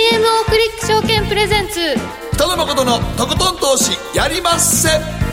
GMO クリック証券プレゼンツ北野誠のとことん投資やりまっせ。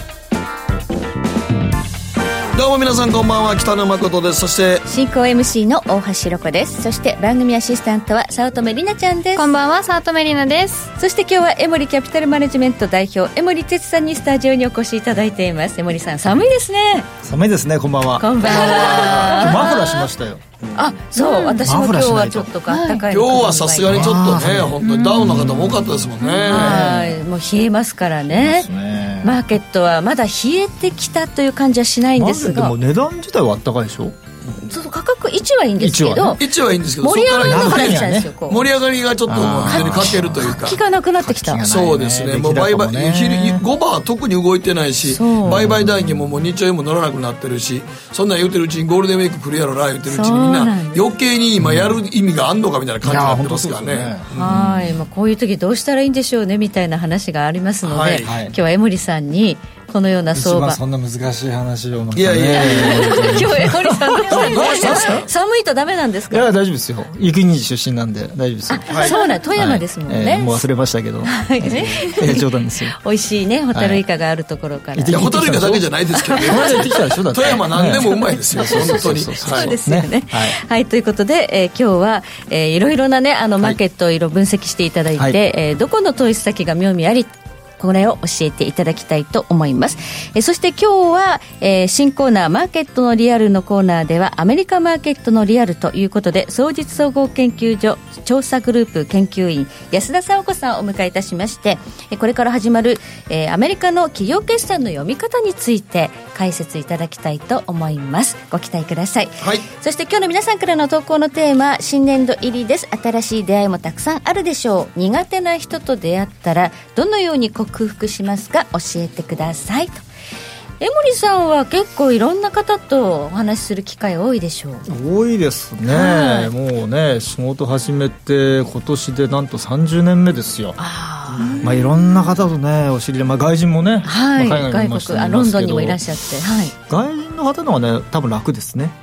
どうも皆さんこんばんは、北野誠です。そして進行 MC の大橋ロコです。そして番組アシスタントは早乙女里奈ちゃんです。 こんばんは、早乙女里奈です。 そして今日は江森キャピタルマネジメント代表江森哲さんにスタジオにお越しいただいています。江森さん、寒いですね。 寒いですね。こんばんは。 こんばんは。 マフラーしましたよ。 あ、そう、私も今日はちょっとあったかいの。 今日はさすがにちょっとね、本当にダウンの方も多かったですもんね。 はい、もう冷えますからね。マーケットはまだ冷えてきたという感じはしないんですが、 でも値段自体はあったかいでしょ。 そう価格1はいいんですけど、 1はいいんですけど、 盛り上がりが入っちゃうんですよ。 盛り上がりがちょっと非常に欠けるというか、 気がなくなってきた。 そうですね。もう売買5番は特に動いてないし、売買代金ももう2兆円も乗らなくなってるし、そんなん言ってるうちにゴールデンウィーク来るやろな言ってるうちにみんな余計に今やる意味があんのかみたいな感じになってますからね。 はい、こういう時どうしたらいいんでしょうねみたいな話がありますので、今日は江森さんにこのような相場、 そんな難しい話をいや今日江森さんどうしたんですか。寒いとダメなんですか。 いや大丈夫ですよ。生国出身なんで大丈夫ですよ。 そうなん、富山ですもんね。 もう忘れましたけど、冗談ですよ。 美味しいねホタルイカがあるところから。 いやホタルイカだけじゃないですけどね。富山何でもうまいですよ。本当に。 そうですよね。はい、ということで、今日はいろいろなねマーケットをいろいろ分析していただいて、どこの投資先が妙味あり、これを教えていただきたいと思います。そして今日は、新コーナーマーケットのリアルのコーナーではアメリカマーケットのリアルということで、双日総合研究所調査グループ研究員安田沙央子さんをお迎えいたしまして、これから始まる、アメリカの企業決算の読み方について解説いただきたいと思います。ご期待ください。はい、そして今日の皆さんからの投稿のテーマ、新年度入りです。新しい出会いもたくさんあるでしょう。苦手な人と出会ったらどのように克服しますか、教えてくださいと。江森さんは結構いろんな方とお話しする機会多いでしょう。 多いですね。もうね、仕事始めて今年でなんと30年目ですよ。いろんな方とねお知り合い、外人もね、海外にもいましたけど、 ロンドンにもいらっしゃって、 外人の方の方がね多分楽ですね。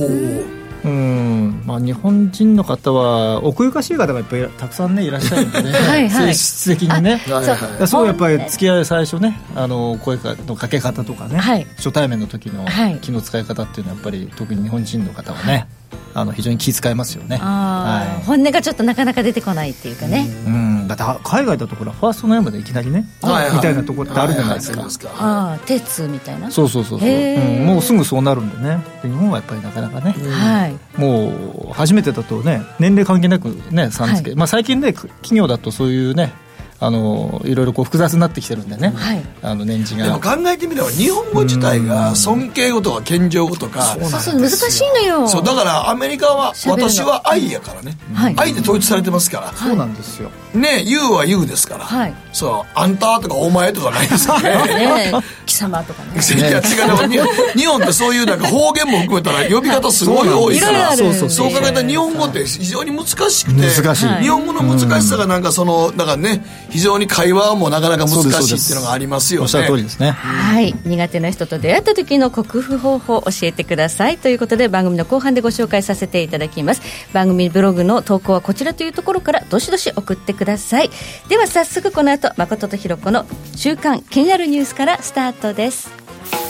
日本人の方は奥ゆかしい方がやっぱりたくさんねいらっしゃるんでね性質的にね、そうやっぱり付き合い最初ね、声のかけ方とかね、初対面の時の気の使い方っていうのはやっぱり特に日本人の方はね、非常に気遣いますよね。 本音がちょっとなかなか出てこないっていうかね。 だって海外だところファーストネームでいきなりね、みたいなところってあるじゃないですか。 鉄みたいな。 そう、もうすぐそうなるんでね。で日本はやっぱりなかなかね、もう初めてだとね年齢関係なくねさん付け、最近ね企業だとそういうねいろいろ複雑になってきてるんでね、年次が。 でも考えてみれば日本語自体が尊敬語とか謙譲語とか、 そう難しいのよ。 そうだからアメリカは私は愛やからね、愛で統一されてますから。 そうなんですよね。言うは言うですから、そうあんたとかお前とかないですからね。 貴様とかね。 いや違う、日本ってそういうなんか方言も含めたら呼び方すごい多いから、そう考えたら日本語って非常に難しくて、日本語の難しさがなんかだからね、非常に会話もなかなか難しいっていうのがありますよね。 おっしゃる通りですね。 苦手な人と出会った時の克服方法を教えてくださいということで、番組の後半でご紹介させていただきます。番組ブログの投稿はこちらというところからどしどし送ってください。では早速この後誠とひろ子の週刊気になるニュースからスタートです。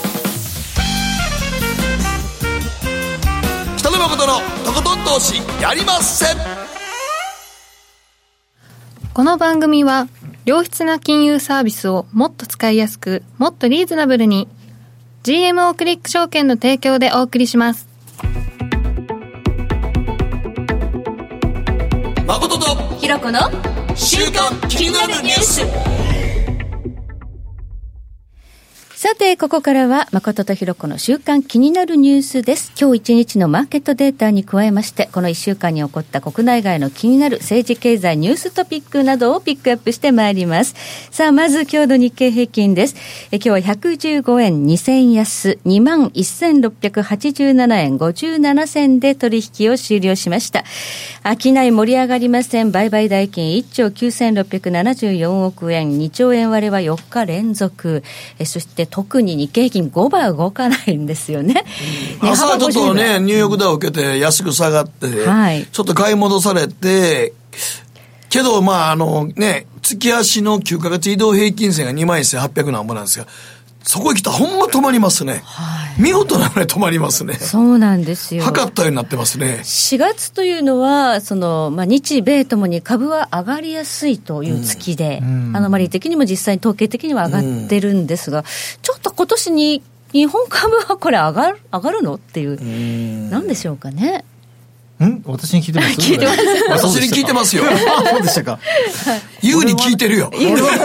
北野誠のとことん投資やりません。 この番組は良質な金融サービスをもっと使いやすく、もっとリーズナブルに GMO クリック証券の提供でお送りします。 誠とひろ子の週刊気になるニュース。 さてここからは誠とひろ子の週刊気になるニュースです。今日一日のマーケットデータに加えまして、この1週間に起こった国内外の気になる政治経済ニューストピックなどをピックアップしてまいります。さあまず今日の日経平均です。今日は115円2銭安 21,687 円57銭で取引を終了しました。商い盛り上がりません。売買代金1兆9674億円、2兆円割れは4日連続。そして特に日経平均5番動かないんですよね。 朝ちょっとねニューヨークダウ受けて安く下がって、ちょっと買い戻されてけど月足の9ヶ月移動平均線が21,800何ぼなんですが、そこへ来たらほんま止まりますね、はい、見事なぐらい止まりますね。 そうなんですよ。 測ったようになってますね。 4月というのは日米ともに株は上がりやすいという月で、アノマリー的にも実際に統計的には上がってるんですが、ちょっと今年に日本株はこれ上がるのっていう、なんでしょうかね。 私に聞いてます？ 聞いてます。 私に聞いてますよ。 そうでしたか。 優に聞いてるよ。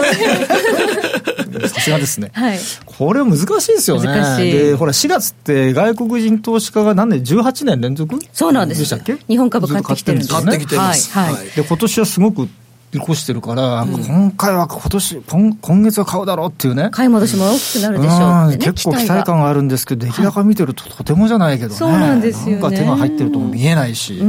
さすがですね。 はい。 これは難しいですよね。 難しい。 で、ほら4月って外国人投資家が何年18年連続？ そうなんです。 でしたっけ？ 日本株買ってきてるんですね。 買ってきてます。 はい。 で今年はすごく見越してるから、今回は今月は買うだろうっていうね、 買い戻しも大きくなるでしょうってね、 結構期待感があるんですけど、出来高見てるととてもじゃないけどね、 そうなんですよね。 なんか手が入ってるとも見えないし、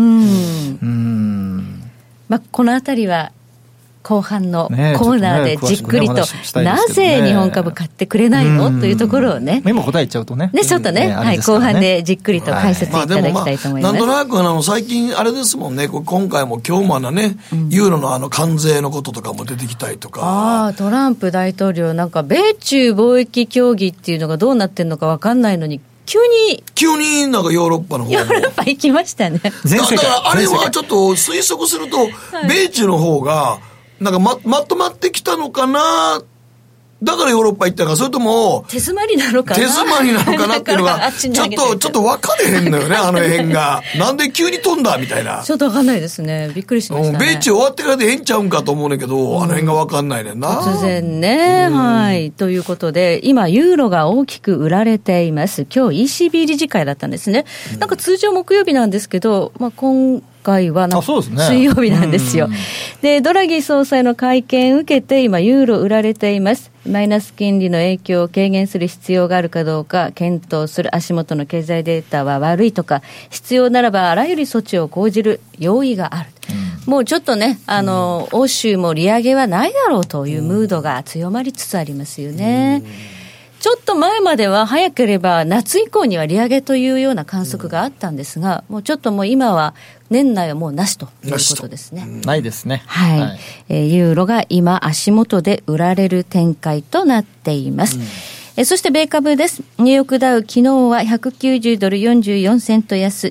このあたりは後半のコーナーでじっくりと、なぜ日本株買ってくれないのというところをね、 今答え言っちゃうとね、 ちょっとね、後半でじっくりと解説いただきたいと思います。 なんとなく最近あれですもんね、今回も今日もユーロの関税のこととかも出てきたりとか、 トランプ大統領なんか米中貿易協議っていうのがどうなってるのか分かんないのに、急になんかヨーロッパの方もヨーロッパ行きましたね。 だからあれはちょっと推測すると、米中の方がなんか まとまってきたのかな、だからヨーロッパ行ったのか、それとも手詰まりなのかなっていうのがちょっと分かれへんのよね、あの辺が。なんで急に飛んだみたいな。 ちょっと分かんないですね。びっくりしましたね。 米中終わってからでええんちゃうんかと思うねんけど、あの辺が分かんないねんな。 突然ね、はい。ということで、今ユーロが大きく売られています。今日 ECB 理事会だったんですね。なんか通常木曜日なんですけど、今回は水曜日なんですよ。で、ドラギ総裁の会見を受けて今ユーロ売られています。マイナス金利の影響を軽減する必要があるかどうか検討する。足元の経済データは悪いとか、必要ならばあらゆる措置を講じる用意がある。もうちょっとね、欧州も利上げはないだろうというムードが強まりつつありますよね。ちょっと前までは早ければ夏以降には利上げというような観測があったんですが、もうちょっともう今は年内はもうなしということですね。 ないですね。 はい。ユーロが今足元で売られる展開となっています。そして米株です。ニューヨークダウ昨日は190ドル44セント安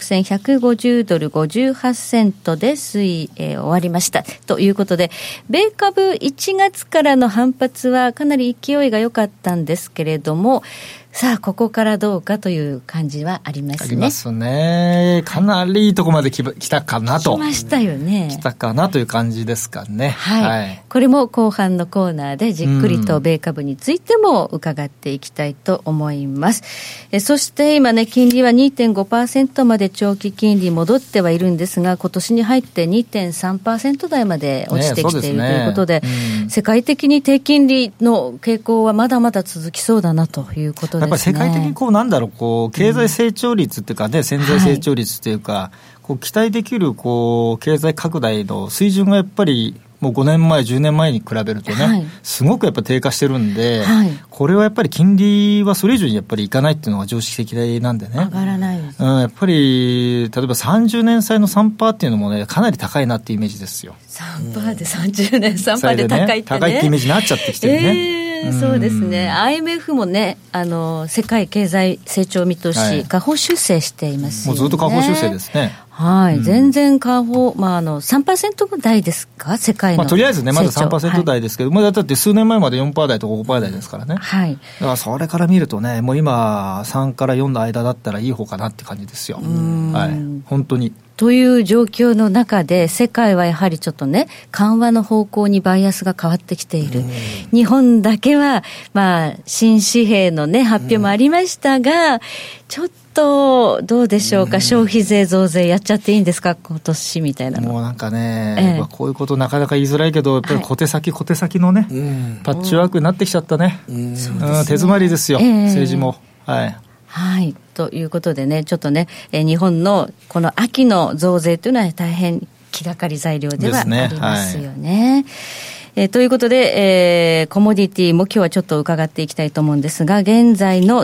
26,150 ドル58セントで終わりました。ということで、米株1月からの反発はかなり勢いが良かったんですけれども、さあここからどうかという感じはありますね。 ありますね。かなりいいとこまで来たかなと。 来ましたよね。 来たかなという感じですかね。 はい。これも後半のコーナーでじっくりと米株についても伺っていきたいと思います。そして今ね、金利は 2.5% まで長期金利戻ってはいるんですが、今年に入って 2.3% 台まで落ちてきているということで、世界的に低金利の傾向はまだまだ続きそうだなということですね。 やっぱり世界的に経済成長率っていうかね、潜在成長率っていうか、期待できる経済拡大の水準がやっぱりもう5年前10年前に比べるとね、すごくやっぱ低下してるんで、これはやっぱり金利はそれ以上にやっぱりいかないっていうのが常識的なんでね、 上がらないです、 やっぱり例えば30年債の 3% っていうのもね、かなり高いなっていうイメージですよ。 3% で30年 3% で高いってね、 高いってイメージになっちゃってきてるね。 そうですね。IMF もね、世界経済成長見通し、下方修正していますよね。 もうずっと下方修正ですね。 はい。全然下方、3% 台ですか、世界の。 とりあえずね、まだ 3% 台ですけど、だって数年前まで 4% 台とか 5% 台ですからね。 はい。 だからそれから見るとね、もう今、3から4の間だったらいい方かなって感じですよ。はい。本当に。 という状況の中で、世界はやはりちょっとね、緩和の方向にバイアスが変わってきている。日本だけは、新紙幣のね、発表もありましたが、ちょっと、どうでしょうか、消費税増税やっちゃっていいんですか、今年みたいなの。 もうなんかね、こういうことなかなか言いづらいけど、やっぱり小手先のね、パッチワークになってきちゃったね。手詰まりですよ、政治も。はい。 はい。ということでね、ちょっとね、日本のこの秋の増税というのは大変気がかり材料ではありますよね。 ということで、コモディティも今日はちょっと伺っていきたいと思うんですが、現在の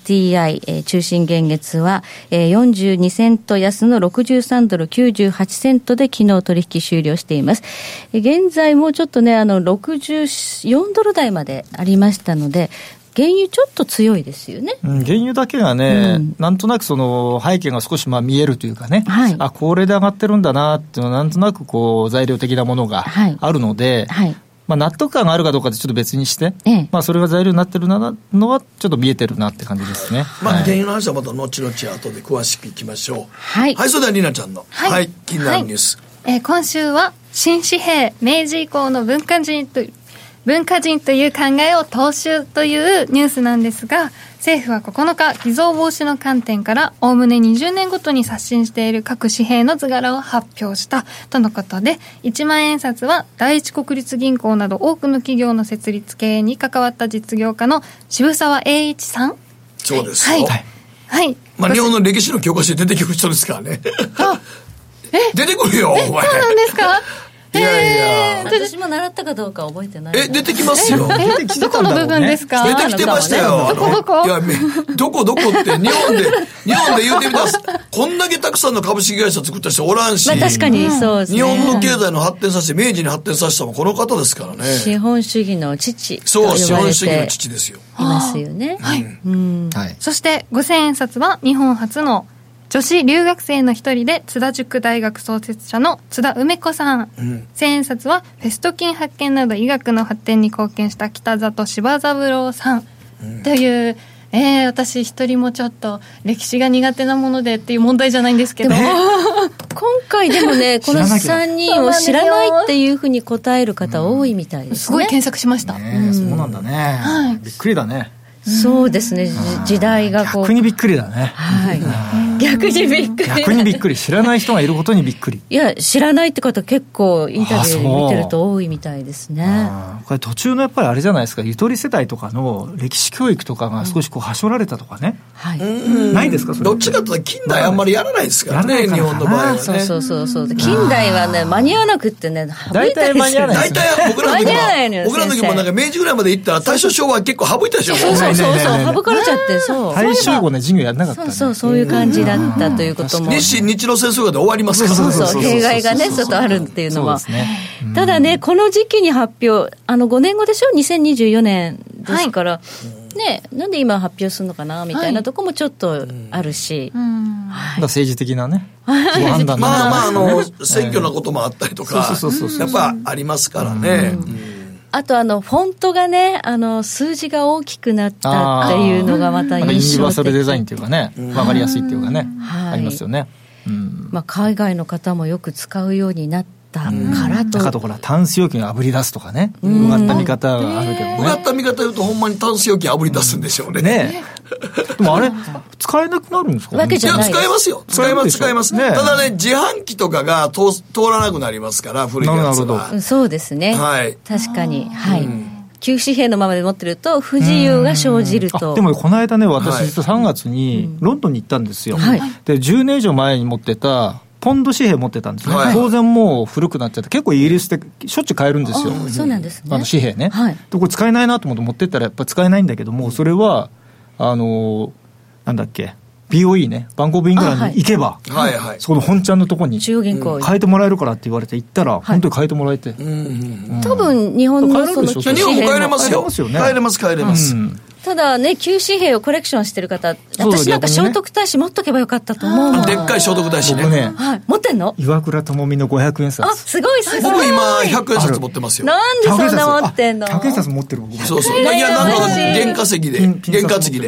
WTI、中心現月は、42セント安の63ドル98セントで昨日取引終了しています。現在もちょっとね、64ドル台までありましたので、原油ちょっと強いですよね。 原油だけがね、なんとなくその背景が少し見えるというかね、はい、これで上がってるんだなっていうのはなんとなくこう材料的なものがあるので、はいはい、納得感があるかどうかでちょっと別にして、それが材料になってるのはちょっと見えてるなって感じですね。 原油の話はまた後々後で詳しくいきましょう。はい、それではりなちゃんの、気になるニュース。 今週は新紙幣明治以降の文化人という考えを踏襲というニュースなんですが、政府は9日、偽造防止の観点からおおむね20年ごとに刷新している各紙幣の図柄を発表したとのことで、1万円札は第一国立銀行など多くの企業の設立経営に関わった実業家の渋沢栄一さん。 そうですよ。はい。日本の歴史の教科書で出てくる人ですからね。出てくるよ、お前。 そうなんですか？ いや私も習ったかどうか覚えてない。 出てきますよ。 どこの部分ですか？ 出てきてましたよ。 どこ？ いや、どこって日本で言うてみたら、こんだけたくさんの株式会社作った人おらんし、 確かにそうですね。 日本の経済の発展させて、明治に発展させたのもこの方ですからね。 資本主義の父と呼ばれて資本主義の父ですよ。 いますよね。はい。 そして5000円札は日本初の女子留学生の一人で津田塾大学創設者の津田梅子さん、千円札はフェスト菌発見など医学の発展に貢献した北里柴三郎さん、という、私一人もちょっと歴史が苦手なものでっていう問題じゃないんですけど、 今回でもねこの3人を知らないっていうふうに答える方多いみたいですね。 すごい検索しました。 そうなんだね、びっくりだね。 そうですね、時代がこう逆にびっくりだね。 はい、逆にびっくり知らない人がいることにびっくり。 いや、知らないって方結構インタビュー見てると多いみたいですね。 これ途中のやっぱりあれじゃないですか、ゆとり世代とかの歴史教育とかが少しこうはしょられたとかね、ないですか？それどっちかというと近代あんまりやらないですからね、日本の場合はね。 そう近代はね間に合わなくってね、 大体間に合わない。 大体僕らの時もなんか明治ぐらいまで行ったら大正昭和結構省いたでしょ。 そう省かれちゃって、 大正後ね授業やんなかったね。 そういう感じだったということも、 日露戦争で終わりますから。 そう弊害がねちょっとあるっていうのは。ただね、この時期に発表、5年後でしょ、2024年ですから、ね、なんで今発表するのかなみたいなとこもちょっとあるし、 政治的なね判断選挙のこともあったりとかやっぱありますからね。 あとフォントがね、数字が大きくなったっていうのがまた印象的。 ユニバーサルデザインっていうかね、分かりやすいっていうかね、ありますよね。 海外の方もよく使うようになったからと。 あとほら、タンス預金あぶり出すとかね、うがった見方があるけどね。 うがった見方言うとほんまにタンス預金あぶり出すんでしょうね。 でもあれ使えなくなるんですか？ わけじゃないです。 いや、使えますよ。使えます。ただね、自販機とかが通らなくなりますから、古いやつは。 そうですね。 はい。 確かに。はい。旧紙幣のままで持ってると不自由が生じると。 でもこの間ね、私実は3月にロンドンに行ったんですよ。で、10年以上前に持ってたポンド紙幣持ってたんですね。当然もう古くなっちゃって、結構イギリスでしょっちゅう買えるんですよ。 そうなんですね。 紙幣ね。で、これ使えないなと思って持ってったらやっぱ使えないんだけども、それはなんだっけ、BOE ね、バンコブイングランドに行けば、その本ちゃんのとこに変えてもらえるからって言われて行ったら、本当に変えてもらえて、 多分日本のその日本も変えれますよ。変えれます。 ただね、旧紙幣をコレクションしてる方、私なんか聖徳太子持っとけばよかったと思うの。 でっかい聖徳太子ね。 持ってんの？ 岩倉智美の500円札。 すごい。 僕今100円札持ってますよ。 なんでそんな持ってんの ？100円札持ってる僕。 そう。いや、なんとか原価席で。 すごい。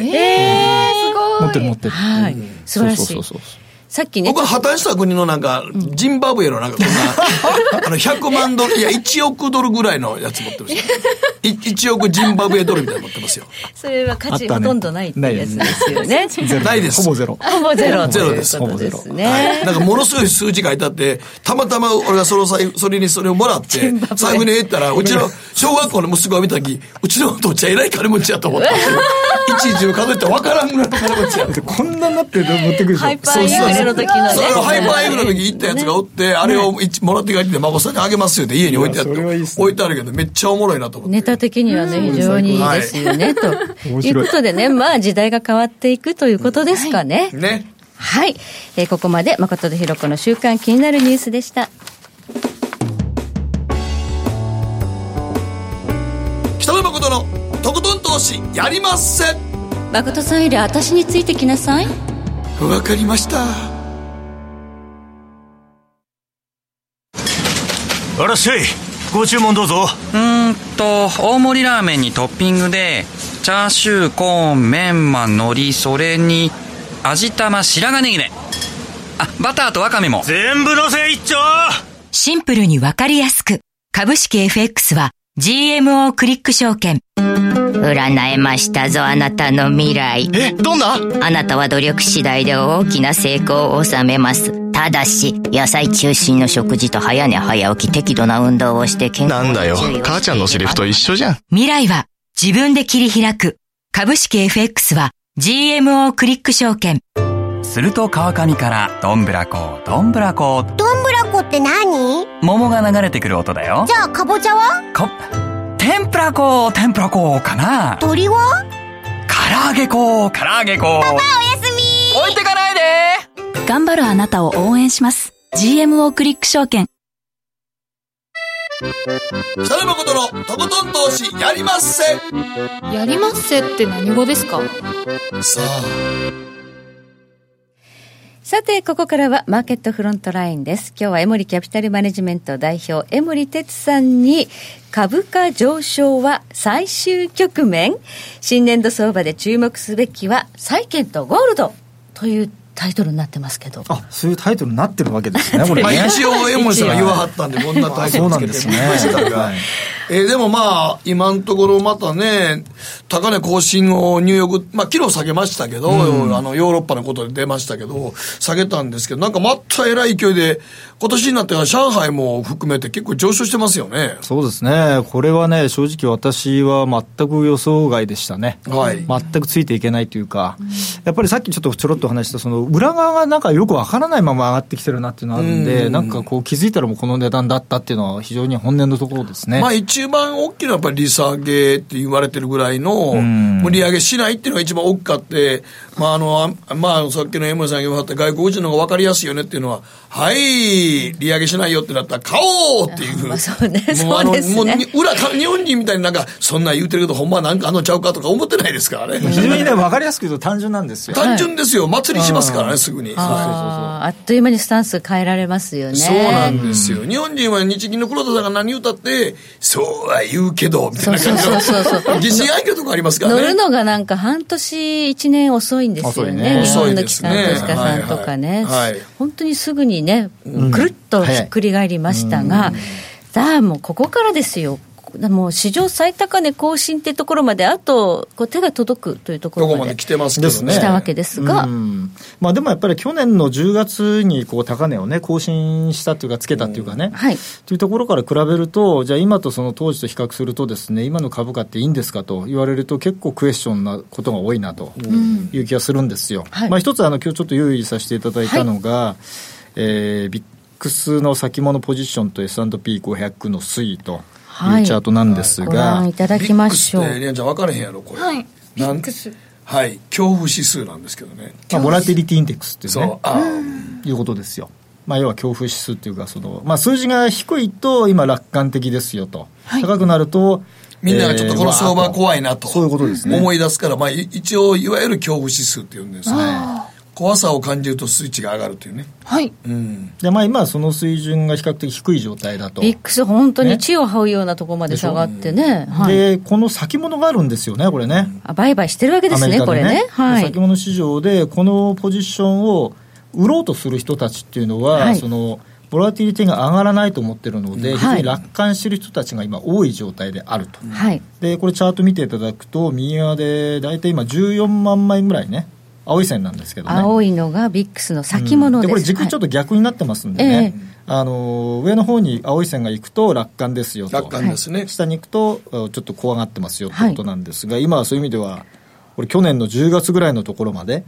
持ってる。 はい。素晴らしい。さっきね、 僕は破綻した国のなんかジンバブエのなんかこんな100万ドル、いや1億ドルぐらいのやつ持ってますよ。1億ジンバブエドルみたいなの持ってますよ。 それは価値ほとんどないってやつですよね。 ないです。 ほぼゼロです。 ほぼゼロですね。 なんかものすごい数字書いてあって、たまたま俺がそれをもらって財布に入ったら、うちの小学校の息子が見た時、うちのお父ちゃん偉い金持ちやと思ったんですよ。一十数えて分からんぐらいの金持ちやって。 こんなになって持ってくるでしょ。 イの時のね。 それをハイパーエグの時行ったやつがおって、あれをもらって帰って孫さんにあげますよって家に置いてあって、置いてあるけどめっちゃおもろいなと思って。 ネタ的にはね、非常にいいですよね、ということでね、まあ時代が変わっていくということですかね。 ね。 はい。ここまで誠とひろ子の週刊気になるニュースでした。 北野誠のとことん投資やりまっせ。 誠さんより私についてきなさい。 わかりました。 あらっしゃい、ご注文どうぞ。 大盛りラーメンにトッピングでチャーシュー、コーン、メンマ、海苔、それに味玉、白髪ネギね。あ、バターとワカメも全部のせ一丁。 シンプルにわかりやすく、株式 FX は GMO クリック証券。占えましたぞ、あなたの未来。 どんな？ あなたは努力次第で大きな成功を収めます。ただし野菜中心の食事と早寝早起き、適度な運動をして健康に注意をして。 なんだよ、母ちゃんのセリフと一緒じゃん。 未来は自分で切り開く。株式 FX は GMO クリック証券。 すると川上からどんぶらこどんぶらこ。 どんぶらこって何？ 桃が流れてくる音だよ。 じゃあかぼちゃは？ 天ぷらこ天ぷらこかな。 鳥は？ 唐揚げこ唐揚げこ。 パパおやすみ。 置いてかないで。 頑張るあなたを応援します。 GMO クリック証券。 北野誠のとことん投資やりまっせ。 やりまっせって何語ですか？ さあ、 さてここからはマーケットフロントラインです。今日は江森キャピタルマネジメント代表江森哲さんに、株価上昇は最終局面、新年度相場で注目すべきは債券とゴールドというタイトルになってますけど。 そういうタイトルになってるわけですね、これね。 一応江森さんが言わはったんでこんなタイトルつけてみましたが、でもまあ今のところまたね、高値更新をニューヨーク、昨日下げましたけど、ヨーロッパのことで出ましたけど下げたんですけど、なんかまたえらい勢いで今年になってから上海も含めて結構上昇してますよね。 そうですね、これはね、正直私は全く予想外でしたね、全くついていけないというか、やっぱりさっきちょろっと話したその裏側がなんかよくわからないまま上がってきてるなっていうのがあるんで、なんかこう気づいたらもうこの値段だったっていうのは非常に本音のところですね。 一番大きいのはやっぱり利下げって言われてるぐらいの無利上げしないっていうのが一番大きかって、さっきの江森さんが言わはった外国人の方が分かりやすいよねっていうのは、はい利上げしないよってなったら買おうっていう、 そうね、そうですね。 もう日本人みたいになんかそんな言うてるけどほんまなんかちゃうかとか思ってないですからね。 非常にね、分かりやすく言うと単純なんですよ。 単純ですよ、祭りしますからね、すぐに。 あっという間にスタンス変えられますよね。 そうなんですよ。日本人は日銀の黒田さんが何言ったってそうは言うけどみたいな感じの疑心暗鬼のとこありますからね。 乗るのがなんか半年1年遅いんですよね。日本の機関投資家さんとかね、本当にすぐにねぐるっとひっくり返りましたが、もうここからですよ。もう史上最高値更新っていうところまであと手が届くというところまで来てますけどね、 来たわけですが、 でもやっぱり去年の10月に高値をね更新したというかつけたというかね、というところから比べると、じゃあ今とその当時と比較するとですね、今の株価っていいんですかと言われると結構クエスチョンなことが多いなという気がするんですよ。一つ今日ちょっと用意させていただいたのが、ビックスの先物ポジションと S&P500 の推移というチャートなんですが、 ご覧いただきましょう。 ビックスってリアンちゃん分からへんやろこれ。 ビックス、 恐怖指数なんですけどね、 ボラティリティインデックスっていうね、いうことですよ。要は恐怖指数っていうか数字が低いと今楽観的ですよと、高くなるとみんながちょっとこの相場怖いなと、 そういうことですね、 思い出すから、一応いわゆる恐怖指数っていうんですね。怖さを感じると数値が上がるというね。 で今はその水準が比較的低い状態だと。 ビックス本当に地を這うようなところまで下がってね。 でこの先物があるんですよね、これね。 売買してるわけですね、これね。 先物市場でこのポジションを売ろうとする人たちっていうのは、そのボラティリティが上がらないと思ってるので、非常に楽観してる人たちが今多い状態であると。でこれチャート見ていただくと右側でだいたい今14万枚ぐらいね、青い線なんですけどね、 青いのがビックスの先物です。 でこれ軸ちょっと逆になってますんでね、上の方に青い線が行くと楽観ですよと、 楽観ですね、 下に行くとちょっと怖がってますよということなんですが、今はそういう意味ではこれ去年の10月ぐらいのところまで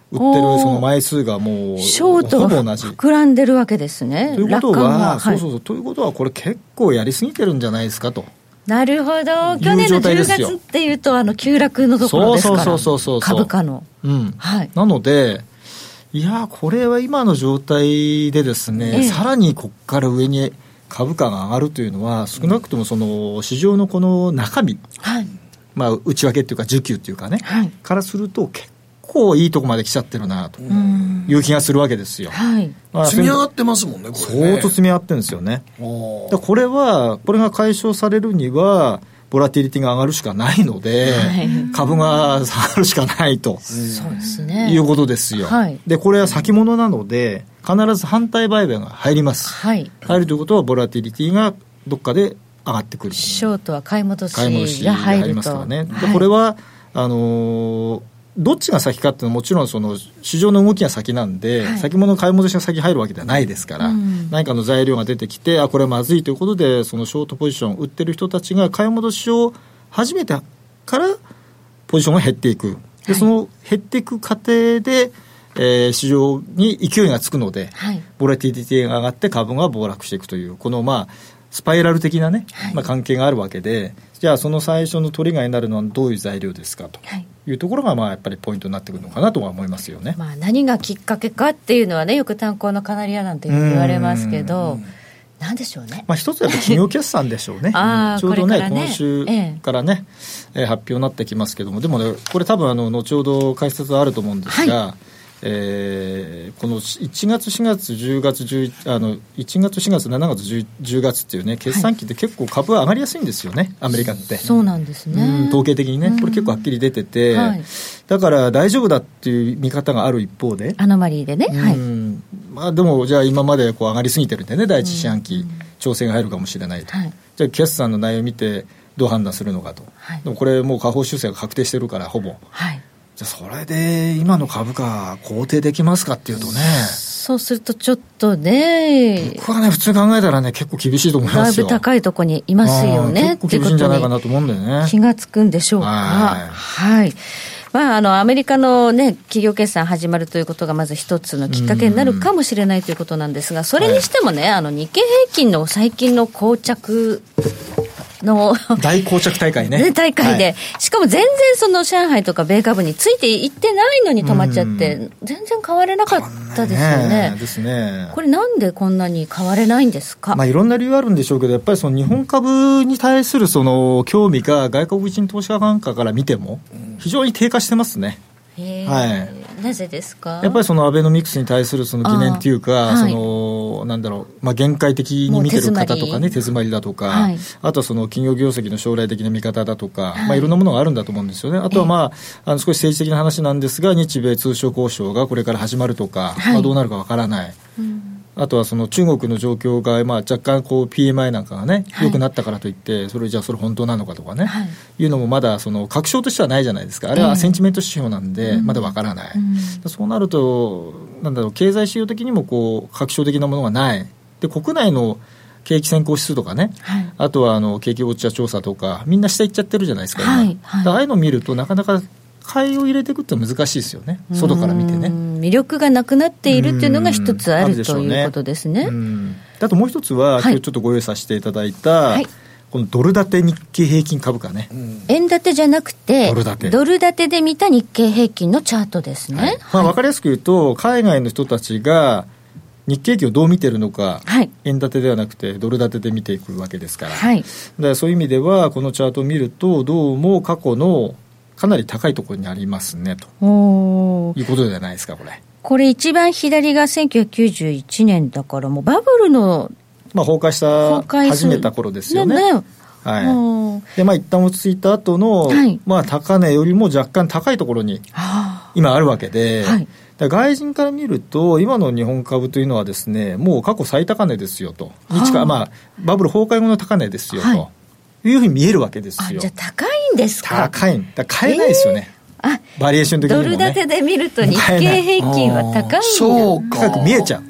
売ってるその枚数がもうショートが膨らんでるわけですね。 ということは、ということはこれ結構やりすぎてるんじゃないですかと。 なるほど。去年の10月っていうと急落のところですから、株価の、 はい、なのでいやこれは今の状態でですね、さらにここから上に株価が上がるというのは少なくともその市場のこの中身、はい、内訳っていうか需給っていうかね、はい、からすると結構いいとこまで来ちゃってるなという気がするわけですよ、はい、 積み上がってますもんね、これね相当積み上がってるんですよね。だこれが解消されるにはボラティリティが上がるしかないので、はい、株が下がるしかないと、 そうですね、 いうことですよ、はい、でこれは先物なので必ず反対売買が入ります、はい、入るということはボラティリティがどっかで上がってくる。 ショートは買い戻しが入るとますからね、でこれはどっちが先かっていうのはもちろんその市場の動きが先なんで、はい、先物の買い戻しが先入るわけではないですから、何かの材料が出てきてこれはまずいということでそのショートポジション売ってる人たちが買い戻しを始めてからポジションが減っていく。でその減っていく過程で、市場に勢いがつくので、はい、ボラティリティが上がって株が暴落していくというこのスパイラル的なね、はい関係があるわけで、じゃあその最初のトリガーになるのはどういう材料ですかというところがやっぱりポイントになってくるのかなとは思いますよね。 何がきっかけかっていうのはね、よく炭鉱のカナリアなんて言われますけど、なんでしょうね。 一つはやっぱ企業決算でしょうね。ちょうどね今週からね、発表になってきますけども、でもねこれ多分後ほど解説はあると思うんですが、はいこの1月4月10月1月4月7月10月っていうね決算期って結構株は上がりやすいんですよね、アメリカって。 そうなんですね、 統計的にねこれ結構はっきり出てて、はい、だから大丈夫だっていう見方がある一方でアノマリーでね、はい、 でもじゃあ今まで上がりすぎてるんでね、第一四半期調整が入るかもしれないと、はい、じゃあ決算の内容を見てどう判断するのかと、はい、でもこれもう下方修正が確定してるからほぼ、はいじゃそれで今の株価肯定できますかっていうとね、 そうするとちょっとね僕はね普通に考えたらね結構厳しいと思いますよ。 だいぶ高いところにいますよね。 結構厳しいんじゃないかなと思うんだよね。 気がつくんでしょうか。はい、アメリカの、ね、企業決算始まるということがまず一つのきっかけになるかもしれないということなんですが、それにしてもね、日経平均の最近の膠着の大膠着大会ね大会で、はい、しかも全然その上海とか米株についていってないのに止まっちゃって全然買われなかったですよね。 ですね。 これなんでこんなに買われないんですか。 いろんな理由あるんでしょうけど、やっぱりその日本株に対するその興味が外国人投資家なんかから見ても非常に低下してますね。 はい、なぜですか。 やっぱりそのアベノミクスに対するその疑念というか、はい、そのなんだろう、限界的に見てる方とかね、手詰まりだとか、はい、あとはその企業業績の将来的な見方だとか、はいいろんなものがあるんだと思うんですよね。あとは少し政治的な話なんですが、日米通商交渉がこれから始まるとか、はいどうなるかわからない、あとはその中国の状況が若干PMI なんかがね良くなったからといって、それ本当なのかとかね、はい、いうのもまだその確証としてはないじゃないですか。あれはセンチメント指標なんでまだわからない、そうなると経済指標的にも確証的なものがない。で国内の景気先行指数とかね、はい、あとは景気ウォッチャー調査とかみんな下行っちゃってるじゃないですか、はいはい、ああいうのを見るとなかなか買いを入れていくって難しいですよね、外から見てね。 魅力がなくなっているっていうのが一つあるということですね。 あともう一つは、今日ちょっとご用意させていただいた、はい、このドル建て日経平均株価ね、 円建てじゃなくてドル建てで見た日経平均のチャートですね。 はい分かりやすく言うと海外の人たちが日経平均をどう見てるのか、はい、円建てではなくてドル建てで見ていくわけですから、はい、だからそういう意味ではこのチャートを見るとどうも過去のかなり高いところにありますねということじゃないですか。 これ一番左が1991年だからもうバブルの、 崩壊始めた頃ですよね。はい、で一旦落ち着いた後の、はい、高値よりも若干高いところに今あるわけで、はい、だから外人から見ると今の日本株というのはですねもう過去最高値ですよと、バブル崩壊後の高値ですよと、はいいうふうに見えるわけですよ。 じゃあ高いんですか。 高い。だ買えないですよね。バリエーション的にもね。 ドル建てで見ると日経平均は高いんだ。 そうか。高く見えちゃう。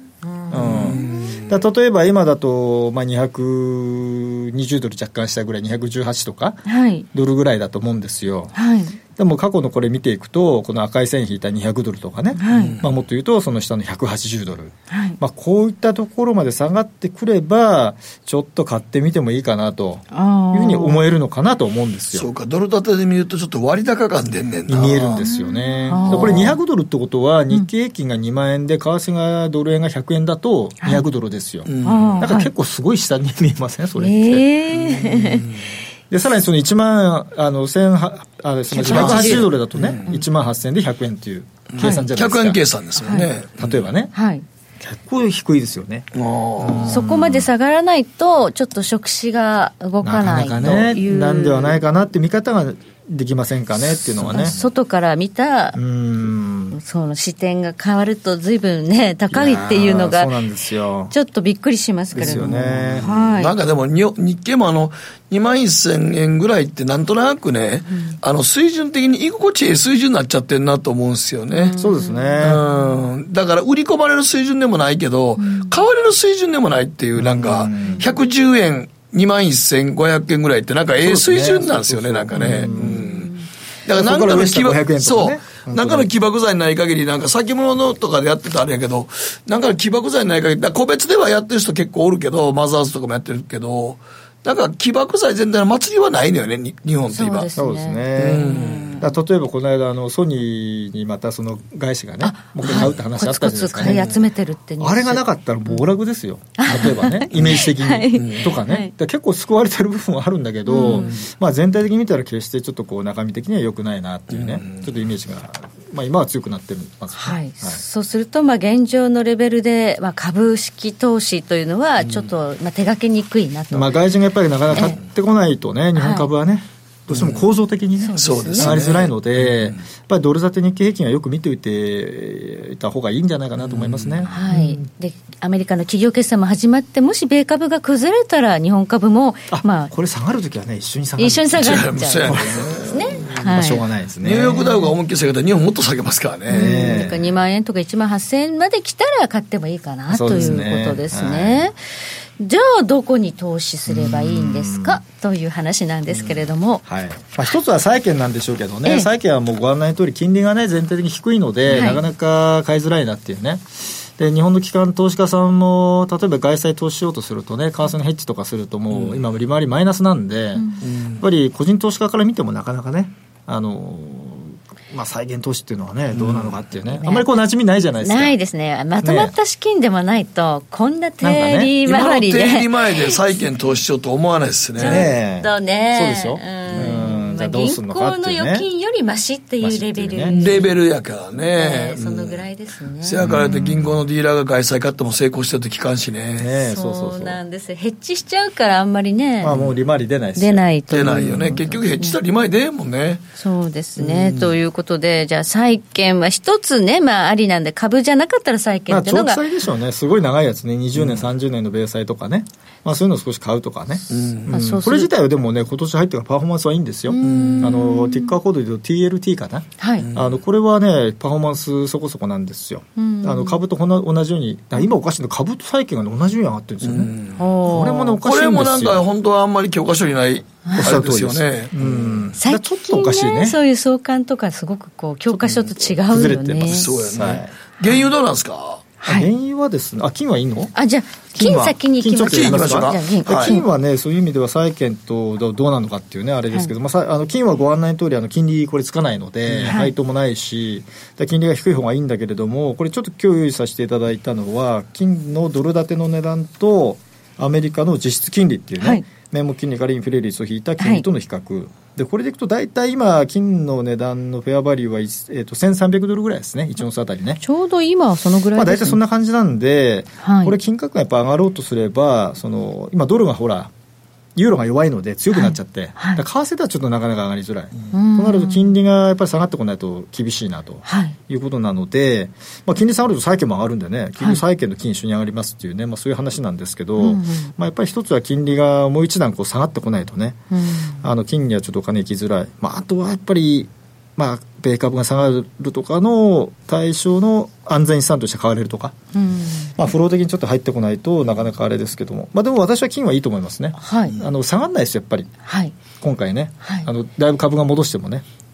例えば今だと、220ドル若干したぐらい218とか、はい、ドルぐらいだと思うんですよ。はい、 でも過去のこれ見ていくとこの赤い線引いた200ドルとかね、もっと言うとその下の180ドル、こういったところまで下がってくればちょっと買ってみてもいいかなというふうに思えるのかなと思うんですよ。 そうか、ドル建てで見るとちょっと割高感出んねんなに見えるんですよね。これ200ドルってことは日経平均が2万円で為替がドル円が100円だと200ドルですよ、だから結構すごい下に見えません、それって、でさらにその1万180ドルだとね、1万8000円で100円という計算じゃないですか。 100円計算ですもんね、 例えばね、結構低いですよね。 そこまで下がらないとちょっと触手が動かないというなんではないかなって見方ができませんかねっていうのはね、 外から見たその視点が変わると随分ね高いっていうのがそうなんですよ、 ちょっとびっくりしますけれども、 ね、 なんかでも日経も2万1000円ぐらいってなんとなくね、水準的に居心地いい水準になっちゃってるなと思うんですよね。 そうですね、 だから売り込まれる水準でもないけど、買われる水準でもないっていう、なんか110円2万1500円ぐらいってなんか水準なんですよね、なんかね。だからなんかの起爆、なんかの起爆剤ない限り、なんか先物とかでやってたあれやけど、なんかの起爆剤ない限り、個別ではやってる人結構おるけど、マザーズとかもやってるけど、なんか起爆剤全体の祭りはないのよね、日本って今。 そうですね。例えばこの間ソニーにまたその外資がねもう買うって話あったじゃないですかね。 コツコツ買い集めてるってニュース。 あれがなかったら暴落ですよ。例えばねイメージ的に、とかね、結構救われてる部分はあるんだけど、全体的に見たら決してちょっとこう中身的には良くないなっていうね、ちょっとイメージが、今は強くなってます、 そうすると現状のレベルで、株式投資というのはちょっと手がけにくいなと、 外人がやっぱりなかなか買ってこないとね、日本株はね、どうしても構造的にね、下がりづらいので、やっぱりドル建て日経平均はよく見ておいていた方がいいんじゃないかなと思いますね。 でアメリカの企業決算も始まって、もし米株が崩れたら日本株もこれ下がるときはね一緒に下がる、 一緒に下がっちゃうんですね。 しょうがないですね。 ニューヨークダウが思いっきり下げたら日本もっと下げますからね。 だから2万円とか1万8000円まで来たら買ってもいいかなということですね。じゃあどこに投資すればいいんですかという話なんですけれども、 一つは債券なんでしょうけどね、債券はもうご案内の通り金利がね全体的に低いので、なかなか買いづらいなっていうね。で日本の機関投資家さんも例えば外債投資しようとするとね、為替のヘッジとかするともう今利回りマイナスなんで、やっぱり個人投資家から見てもなかなかね債券投資っていうのはねどうなのかっていうね、あんまり馴染みないじゃないですか。 ないですね。まとまった資金でもないと、こんな定利回りで、 今の定利前で債券投資しようと思わないですね。 ちょっとね。 そうでしょ。 銀行の預金よりマシっていうレベル、 レベルやからね、 そのぐらいですね。 せやからって銀行のディーラーが外債買っても成功してると聞かんしね。 そうなんです。ヘッジしちゃうからあんまりね、 もう利回り出ないですよ。 出ないという。 出ないよね。結局ヘッジしたら利回り出んもんね。 そうですね。ということで、じゃあ債券は一つね、ありなんで、株じゃなかったら債券っていうのが、 長期債でしょうね。すごい長いやつね、20年30年の米債とかね、そういうのを少し買うとかね、これ自体はでもね今年入ってからパフォーマンスはいいんですよ。ティッカーコードで言うと TLT かな、これはねパフォーマンスそこそこなんですよ。株と同じように、今おかしいの株と債券が同じように上がってるんですよね。これもねおかしいんですよ。 これもなんか本当はあんまり教科書にないあれですよね。 最近ねそういう相関とかすごく教科書と違うよね。 崩れてます。 そうやね。原油どうなんですか。 原油はですね、金はいいの？ じゃあ金先に行きましょうか。 金はね、そういう意味では債券とどうなのかっていうねあれですけど、金はご案内の通り金利これつかないので、配当もないし、金利が低い方がいいんだけれども、これちょっと今日用意させていただいたのは金のドル建ての値段とアメリカの実質金利っていうね、名目金利からインフレ率を引いた金利との比較、でこれでいくと大体今金の値段のフェアバリューは、1300ドルぐらいですね、1オンスあたりね。 ちょうど今はそのぐらいですね。 大体そんな感じなんで、これ金額がやっぱ上がろうとすれば、今ドルがユーロが弱いので強くなっちゃって、為替ではちょっとなかなか上がりづらいとなると、金利がやっぱり下がってこないと厳しいなということなので、金利下がると債券も上がるんでね、金利債券の金一緒に上がりますっていうね、そういう話なんですけど、やっぱり一つは金利がもう一段下がってこないとね、金にはちょっとお金行きづらい。あとはやっぱり米株が下がるとかの対象の安全資産として買われるとか、フロー的にちょっと入ってこないとなかなかあれですけども、でも私は金はいいと思いますね。下がらないですよやっぱり、今回ね、だいぶ株が戻してもね、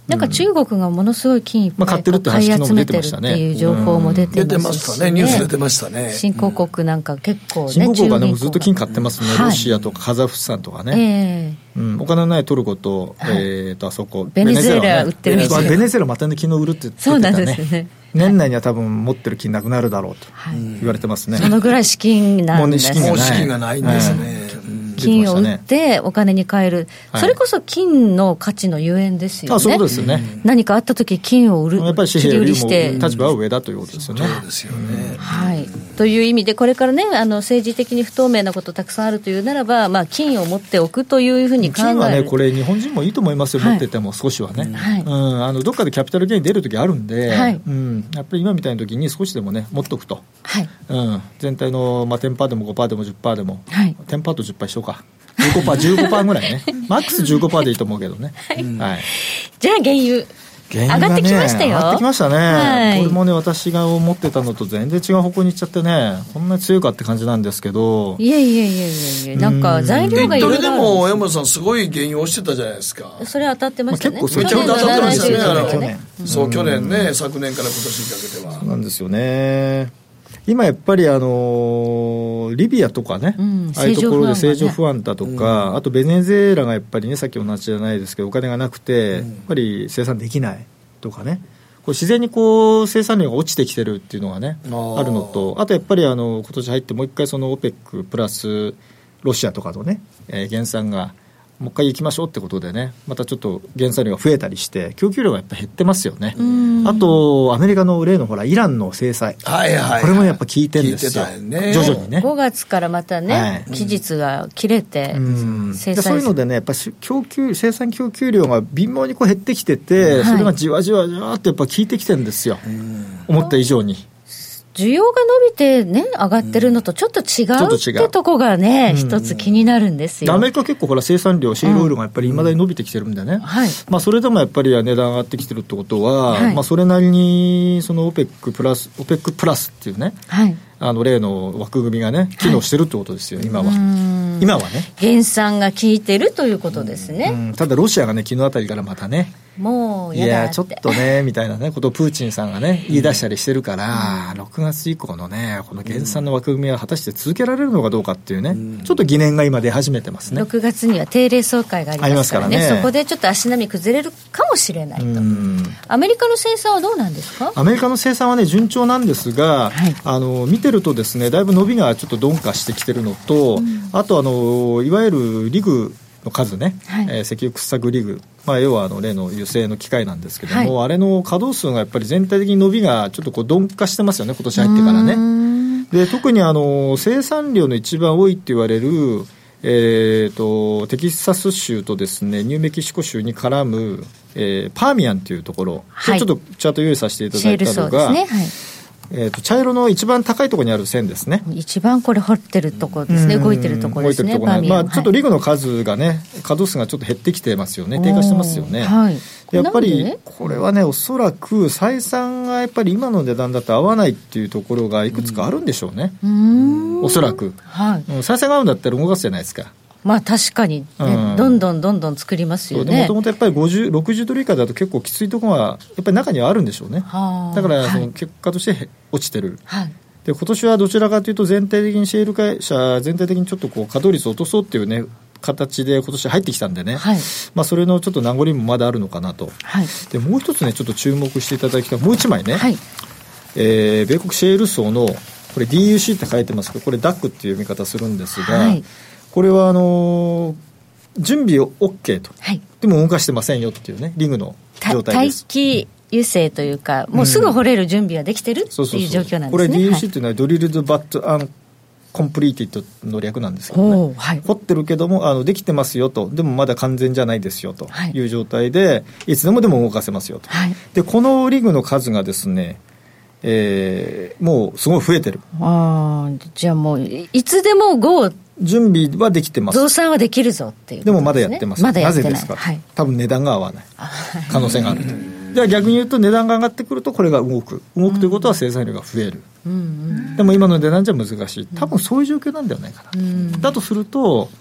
なんか中国がものすごい金いっぱい買い集めてるっていう情報も出てますし、 出てましたね、ニュース出てましたね。 新興国なんか結構ね、 新興国はねずっと金買ってますね、ロシアとかカザフスタンとかね、お金のないトルコと、あそこベネズエラ売ってるんですよ。 ベネズエラまたね昨日売るって言ってたね。そうなんですね。年内には多分持ってる金なくなるだろうと言われてますね。 そのぐらい資金なんです。 もう資金がないんですね。 金を売ってお金に換える、それこそ金の価値のゆえんですよね。 そうですね。 何かあった時金を売る、 やっぱり紙幣よりも立場は上だということですよね。 そうですよね。 はい。という意味でこれからね、政治的に不透明なことたくさんあるというならば、金を持っておくというふうに考える。 金はね、これ日本人もいいと思いますよ、持ってても少しはね。どっかでキャピタルゲイン出る時あるんで、やっぱり今みたいな時に少しでもね持っておくと。全体の10%でも 5% でも 10% でも、10% と 10% 一緒か。15% ぐらいね。マックス 15% でいいと思うけどね。 じゃあ原油上がってきましたよ。 上がってきましたね。これもね、私が思ってたのと全然違う方向に行っちゃってね、こんなに強いかって感じなんですけど。 いやなんか材料がいろいろあるんです。 でも山本さんすごい原油をしてたじゃないですか。 それ当たってましたね。 結構めちゃくちゃ当たってましたね。そう去年ね、昨年から今年にかけては。 そうなんですよね。今やっぱりリビアとかね、ああいうところで政情不安だとか、あとベネズエラがやっぱりね、さっき同じじゃないですけどお金がなくて、やっぱり生産できないとかね、こう自然にこう生産量が落ちてきてるっていうのがね あるのと、あとやっぱり今年入ってもう一回その OPEC プラスロシアとかのね、減産がもう一回行きましょうってことでね、またちょっと減産量が増えたりして供給量がやっぱ減ってますよね。あとアメリカの例のほらイランの制裁、これもやっぱ効いてるんですよ、徐々にね。 5月からまたね、期日が切れて制裁、 そういうのでね、やっぱ生産供給量が微妙にこう減ってきてて、それがじわじわじわってやっぱ効いてきてるんですよ、思った以上に。 需要が伸びてね上がってるのとちょっと違うってとこがね、一つ気になるんですよ。 アメリカ結構ほら生産量シェールオイルがやっぱりいまだに伸びてきてるんでね、それでもやっぱり値段上がってきてるってことは、それなりにその OPEC プラスっていうね、例の枠組みがね機能してるってことですよ、今はね減産が効いてるということですね。 ただロシアがね昨日あたりからまたね、 もういやちょっとねみたいなねことをプーチンさんがね言い出したりしてるから、6月以降のねこの減産の枠組みは果たして続けられるのかどうかっていうね、ちょっと疑念が今出始めてますね。 6月には定例総会がありますからね、そこでちょっと足並み崩れるかもしれないと。アメリカの生産はどうなんですか？ アメリカの生産はね順調なんですが、見てるとですねだいぶ伸びがちょっと鈍化してきてるのと、あといわゆるリグの数ね、石油掘削リグ、要は例の油製の機械なんですけども、あれの稼働数がやっぱり全体的に伸びがちょっとこう鈍化してますよね、今年入ってからね。で特に生産量の一番多いって言われる、テキサス州とですねニューメキシコ州に絡む、パーミアンというところ、ちょっとチャート用意させていただいたのが、茶色の一番高いところにある線ですね。 一番これ掘ってるところですね、動いてるところですね、パーミアン。 ちょっとリグの数がね稼働数がちょっと減ってきてますよね、低下してますよね。やっぱりこれはねおそらく採算がやっぱり今の値段だと合わないっていうところがいくつかあるんでしょうね、おそらく、採算が合うんだったら動かすじゃないですか。 確かに、ね、どんどん作りますよね。 もともとやっぱり60ドル以下だと結構きついところがやっぱり中にはあるんでしょうね。だからその結果として落ちてる、で今年はどちらかというと全体的にシェール会社全体的にちょっとこう稼働率を落とそうっていうね形で今年入ってきたんでね、それのちょっと名残もまだあるのかなと、でもう一つねちょっと注目していただきたいもう一枚ね、米国シェール層のこれ DUC って書いてますけどこれ DAC っていう読み方するんですが、これは準備を OK と、でも動かしてませんよっていうねリグの状態です。 待機油性というかもうすぐ掘れる準備はできてるっていう状況なんですね。 これ DUC っていうのはドリルドバットコンプリーティッドの略なんですけどね、掘ってるけどもできてますよと、でもまだ完全じゃないですよという状態で、いつでも動かせますよと、でこのリグの数がですね、もうすごい増えてる。 じゃあもういつでも準備はできてます。 増産はできるぞっていう、 でもまだやってます。 まだやってない。 なぜですか、多分値段が合わない可能性があると。では逆に言うと値段が上がってくるとこれが動くということは生産量が増える、でも今の値段じゃ難しい、多分そういう状況なんではないかな、だとすると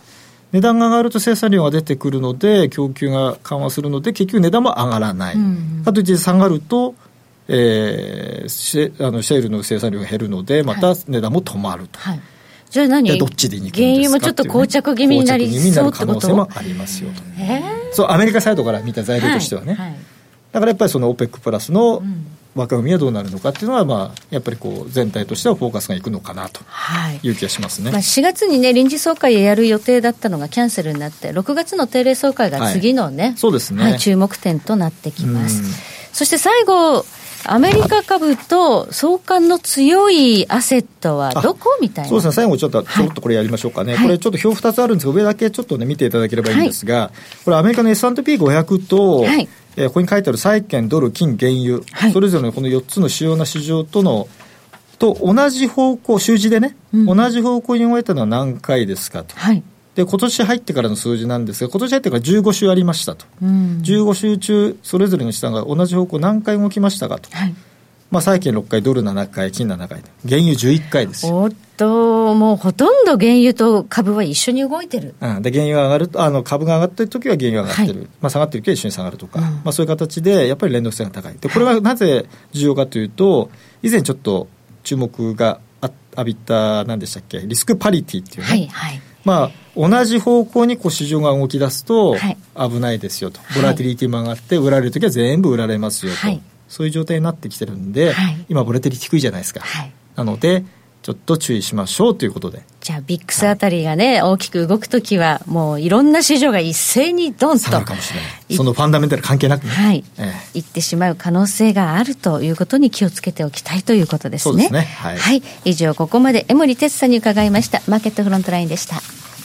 値段が上がると生産量が出てくるので供給が緩和するので結局値段も上がらない、かといって下がると、シェールの生産量が減るのでまた値段も止まると、 じゃあ何どっちでいくんですか、 原油もちょっと膠着気味になりそうってこと、 可能性もありますよと、そうアメリカサイドから見た材料としてはね、だからやっぱりその OPEC プラスの枠組みはどうなるのかっていうのは、まあ、やっぱりこう全体としてはフォーカスがいくのかなという気がしますね、 4月にね臨時総会やる予定だったのがキャンセルになって6月の定例総会が次のね、 そうですね、 注目点となってきます。そして最後アメリカ株と相関の強いアセットはどこみたいな。 そうですね、最後ちょっとこれやりましょうかね、これちょっと表2つあるんですが上だけちょっとね見ていただければいいんですが、これアメリカの S&P500 と、ここに書いてある債券、ドル、金、原油、それぞれのこの4つの主要な市場と同じ方向、週次でね、同じ方向に動いたのは何回ですかと、で今年入ってからの数字なんですが、今年入ってから15週ありましたと、15週中それぞれの資産が同じ方向何回動きましたかと、まあ、債券6回、ドル7回、金7回、原油11回ですよ。 おっと、もうほとんど原油と株は一緒に動いてる、 で原油が上がると株が上がっているときは原油が上がってる、まあ、下がっているときは一緒に下がるとか、まあ、そういう形でやっぱり連動性が高い。でこれはなぜ重要かというと、以前ちょっと注目が浴びた何でしたっけ、リスクパリティっていうね、まあ、同じ方向にこう市場が動き出すと危ないですよと、ボラティリティも上がって売られるときは全部売られますよと、そういう状態になってきてるんで、今ボラティリティ低いじゃないですか、なのでちょっと注意しましょうということで、 じゃあビックスあたりがね、大きく動くときはもういろんな市場が一斉にドンと下がるかもしれない、そのファンダメンタル関係なくね、 いってしまう可能性があるということに気をつけておきたいということですね。 そうですね、 以上ここまで江守哲さんに伺いました。マーケットフロントラインでした。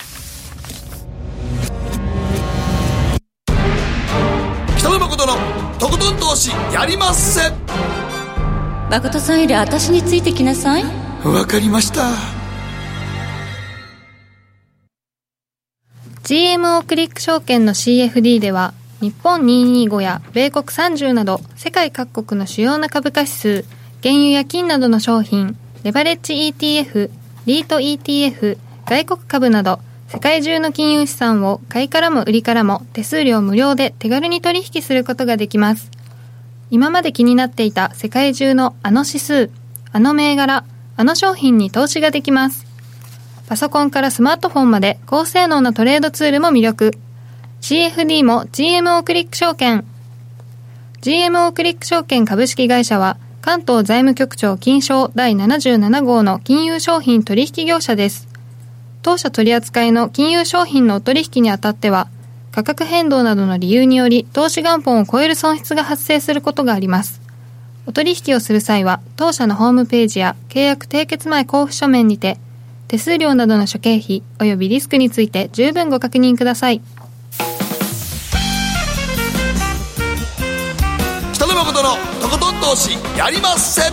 北野誠のとことん投資やりまっせ。 誠さんより私についてきなさい。 わかりました。 GMO クリック証券の CFD では日本225や米国30など世界各国の主要な株価指数、原油や金などの商品、レバレッジ ETF、リート ETF、外国株など世界中の金融資産を買いからも売りからも手数料無料で手軽に取引することができます。今まで気になっていた世界中のあの指数、あの銘柄、あの商品に投資ができます。パソコンからスマートフォンまで高性能なトレードツールも魅力。 CFD も GMO クリック証券。 GMO クリック証券株式会社は関東財務局長金賞第77号の金融商品取引業者です。当社取扱いの金融商品のお取引にあたっては価格変動などの理由により投資元本を超える損失が発生することがあります。お取引をする際は当社のホームページや契約締結前交付書面にて手数料などの諸経費およびリスクについて十分ご確認ください。 北野誠のとことん投資やりまっせ。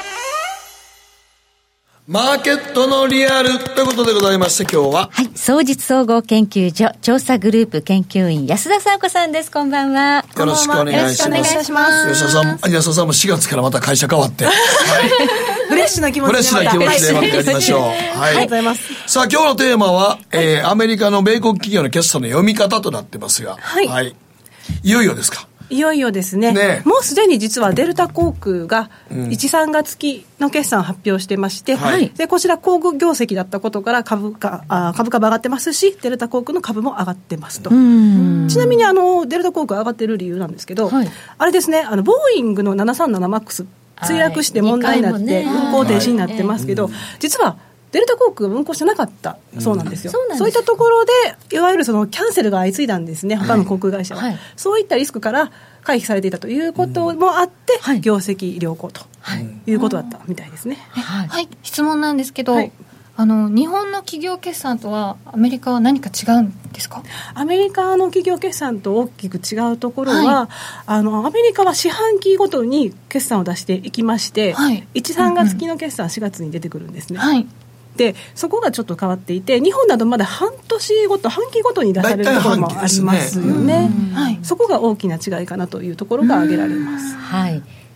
マーケットのリアルということでございまして、今日は双日総合研究所調査グループ研究員安田佐和子さんです。こんばんは。 よろしくお願いします。安田さんも4月からまた会社変わって、 フレッシュな気持ちでまたやりましょう。 ありがとうございます。 さあ今日のテーマは、アメリカの米国企業の決算の読み方となってますが、いよいよですか。 いよいよですね。もうすでに実はデルタ航空が1、3月期の決算を発表してまして、でこちら好業績だったことから株価も上がってますし、デルタ航空の株も上がってますと。ちなみにデルタ航空上がってる理由なんですけど、あれですね、ボーイングの 737MAX 墜落して問題になって運航停止になってますけど、実はデルタ航空は運航してなかったそうなんですよ。そういったところでいわゆるそのキャンセルが相次いだんですね、他の航空会社は、そういったリスクから回避されていたということもあって、業績良好ということだったみたいですね。 質問なんですけど、日本の企業決算とはアメリカは何か違うんですか？ アメリカの企業決算と大きく違うところは、アメリカは四半期ごとに決算を出していきまして、1、3月期の決算4月に出てくるんですね。でそこがちょっと変わっていて、日本などまだ半期ごとに出されるところもありますよね。そこが大きな違いかなというところが挙げられます。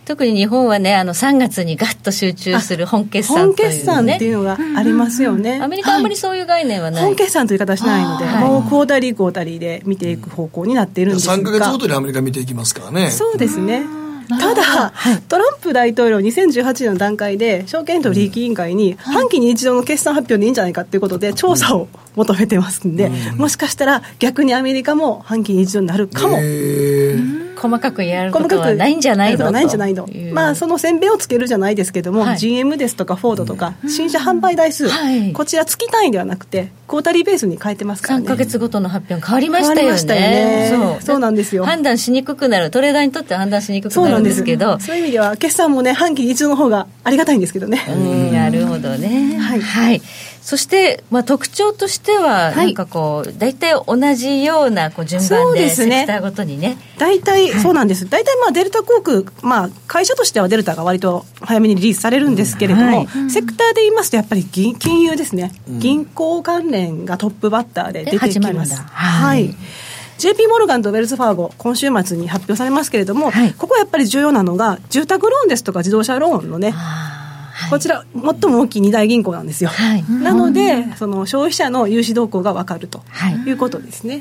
特に日本はね3月にガッと集中する本決算という、ね、 本決算っていうのがありますよね、 アメリカはあんまりそういう概念はない、 本決算という形ないので、もうクォータリーで見ていく方向になっているんですが、 3ヶ月ごとにアメリカ見ていきますからね。 そうですね、ただ、トランプ大統領2018年の段階で証券取引委員会に半期に一度の決算発表でいいんじゃないかということで調査を求めてますんで、もしかしたら逆にアメリカも半期に一度になるかも、 細かくやることはないんじゃないのと、 まあ、その選別をつけるじゃないですけども、GM ですとかフォードとか新車販売台数、こちら月単位ではなくてクォータリーベースに変えてますからね。 3ヶ月ごとの発表変わりましたよね。 そうなんですよ。 判断しにくくなる、トレーダーにとっては判断しにくくなるんですけど、 そういう意味では決算もね半期に一度の方がありがたいんですけどね。 なるほどね。はい、そして、特徴としてはなんかこう大体同じような順番でセクターごとにね、 大体そうなんです。大体デルタ航空、会社としてはデルタが割と早めにリリースされるんですけれども、セクターで言いますとやっぱり金融ですね、銀行関連がトップバッターで出てきます。JP モルガンとウェルズファーゴ今週末に発表されますけれども、ここはやっぱり重要なのが住宅ローンですとか自動車ローンのね、こちら最も大きい2大銀行なんですよ、なのでその消費者の融資動向が分かるということですね。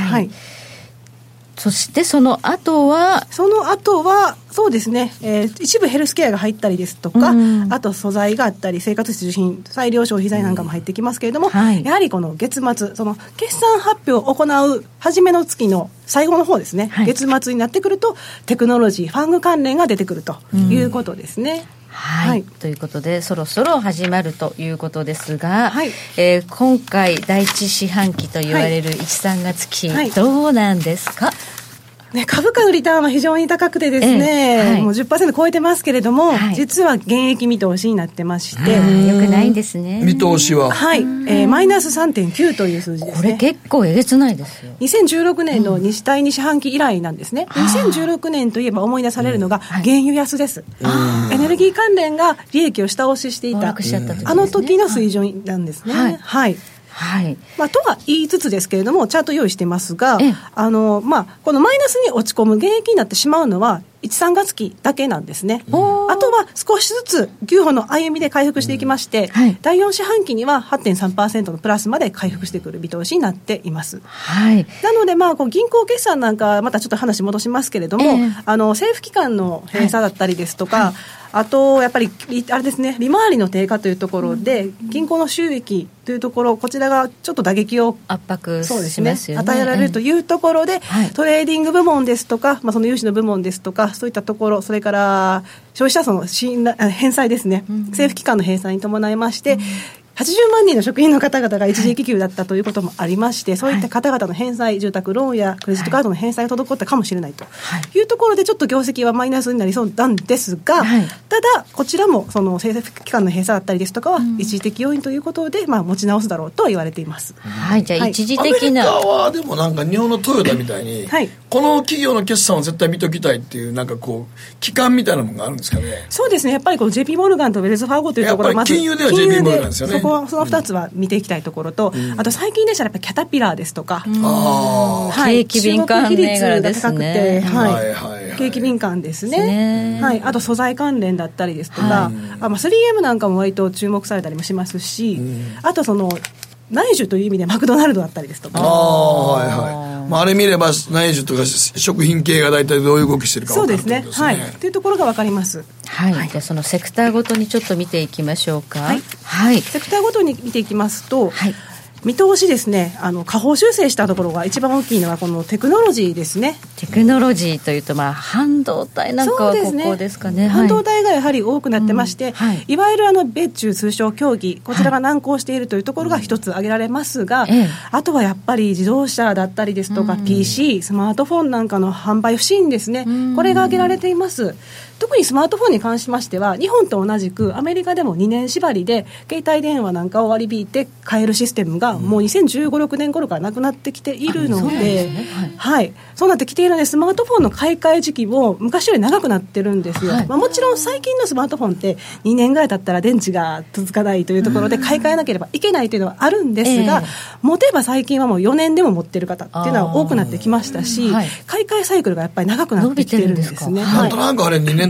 そしてその後はそうですね、一部ヘルスケアが入ったりですとか、あと素材があったり生活必需品、裁量消費財なんかも入ってきますけれども、やはりこの月末その決算発表を行う初めの月の最後の方ですね、月末になってくるとテクノロジーファング関連が出てくるということですね。 ということでそろそろ始まるということですが、今回第一四半期と言われる1、3月期、どうなんですか？ 株価のリターンは非常に高くてですね、もう 10% 超えてますけれども、実は減益見通しになってまして、 よくないんですね。 見通しはマイナス 3.9 という数字ですね。 これ結構えげつないですよ。 2016年の第2四半期以来なんですね。2016年といえば思い出されるのが原油安です。エネルギー関連が利益を下押ししていた、あの時の水準なんですね。とは言いつつですけれどもチャート用意してますが、このマイナスに落ち込む減益になってしまうのは1、3月期だけなんですね。あとは少しずつ牛歩の歩みで回復していきまして、第4四半期には 8.3% のプラスまで回復してくる見通しになっています。なので銀行決算なんかまたちょっと話戻しますけれども、政府機関の閉鎖だったりですとか、あとやっぱりあれですね、利回りの低下というところで、銀行の収益というところ、こちらがちょっと打撃を圧迫しますよね、 与えられるというところで、トレーディング部門ですとか、その融資の部門ですとか、そういったところ、それから消費者層の返済ですね、政府機関の返済に伴いまして、80万人の職員の方々が一時育休だったということもありまして、そういった方々の返済、住宅ローンやクレジットカードの返済が滞ったかもしれないというところで、ちょっと業績はマイナスになりそうなんですが、ただこちらもその政府機関の閉鎖だったりですとかは一時的要因ということで、持ち直すだろうとは言われています。 じゃあ一時的な、 アメリカはでもなんか日本のトヨタみたいに、この企業の決算を絶対見ときたいっていうなんかこう期間みたいなものがあるんですかね。 そうですね、やっぱりこの JP モルガンとウェルズファーゴというところ、 やっぱり金融では JP モルガンですよね。 その2つは見ていきたいところと、あと最近でしたらやっぱりキャタピラーですとか、 景気敏感銘柄ですね。 景気敏感ですね。あと素材関連だったりですとか、3M なんかも割と注目されたりもしますし、あとその内需という意味でマクドナルドだったりですとか、 あれ見れば内需とか食品系が大体どういう動きしてるか分かるということですね。 というところが分かります。 じゃあそのセクターごとにちょっと見ていきましょうか。 セクターごとに見ていきますと、見通しですね、下方修正したところが一番大きいのはこのテクノロジーですね。 テクノロジーというと、半導体なんかはここですかね。 半導体がやはり多くなってまして、いわゆる米中通商協議、こちらが難航しているというところが一つ挙げられますが、あとはやっぱり自動車だったりですとか、PC、スマートフォンなんかの販売不振ですね、これが挙げられています。特にスマートフォンに関しましては、日本と同じくアメリカでも2年縛りで携帯電話なんかを割り引いて買えるシステムがもう2015、6年頃からなくなってきているので、そうなってきているので、スマートフォンの買い替え時期も昔より長くなってるんですよ。もちろん最近のスマートフォンって2年ぐらい経ったら電池が続かないというところで買い替えなければいけないというのはあるんですが、持てば最近はもう4年でも持ってる方っていうのは多くなってきましたし、買い替えサイクルがやっぱり長くなってきてるんですね。 なんとなくあれ2年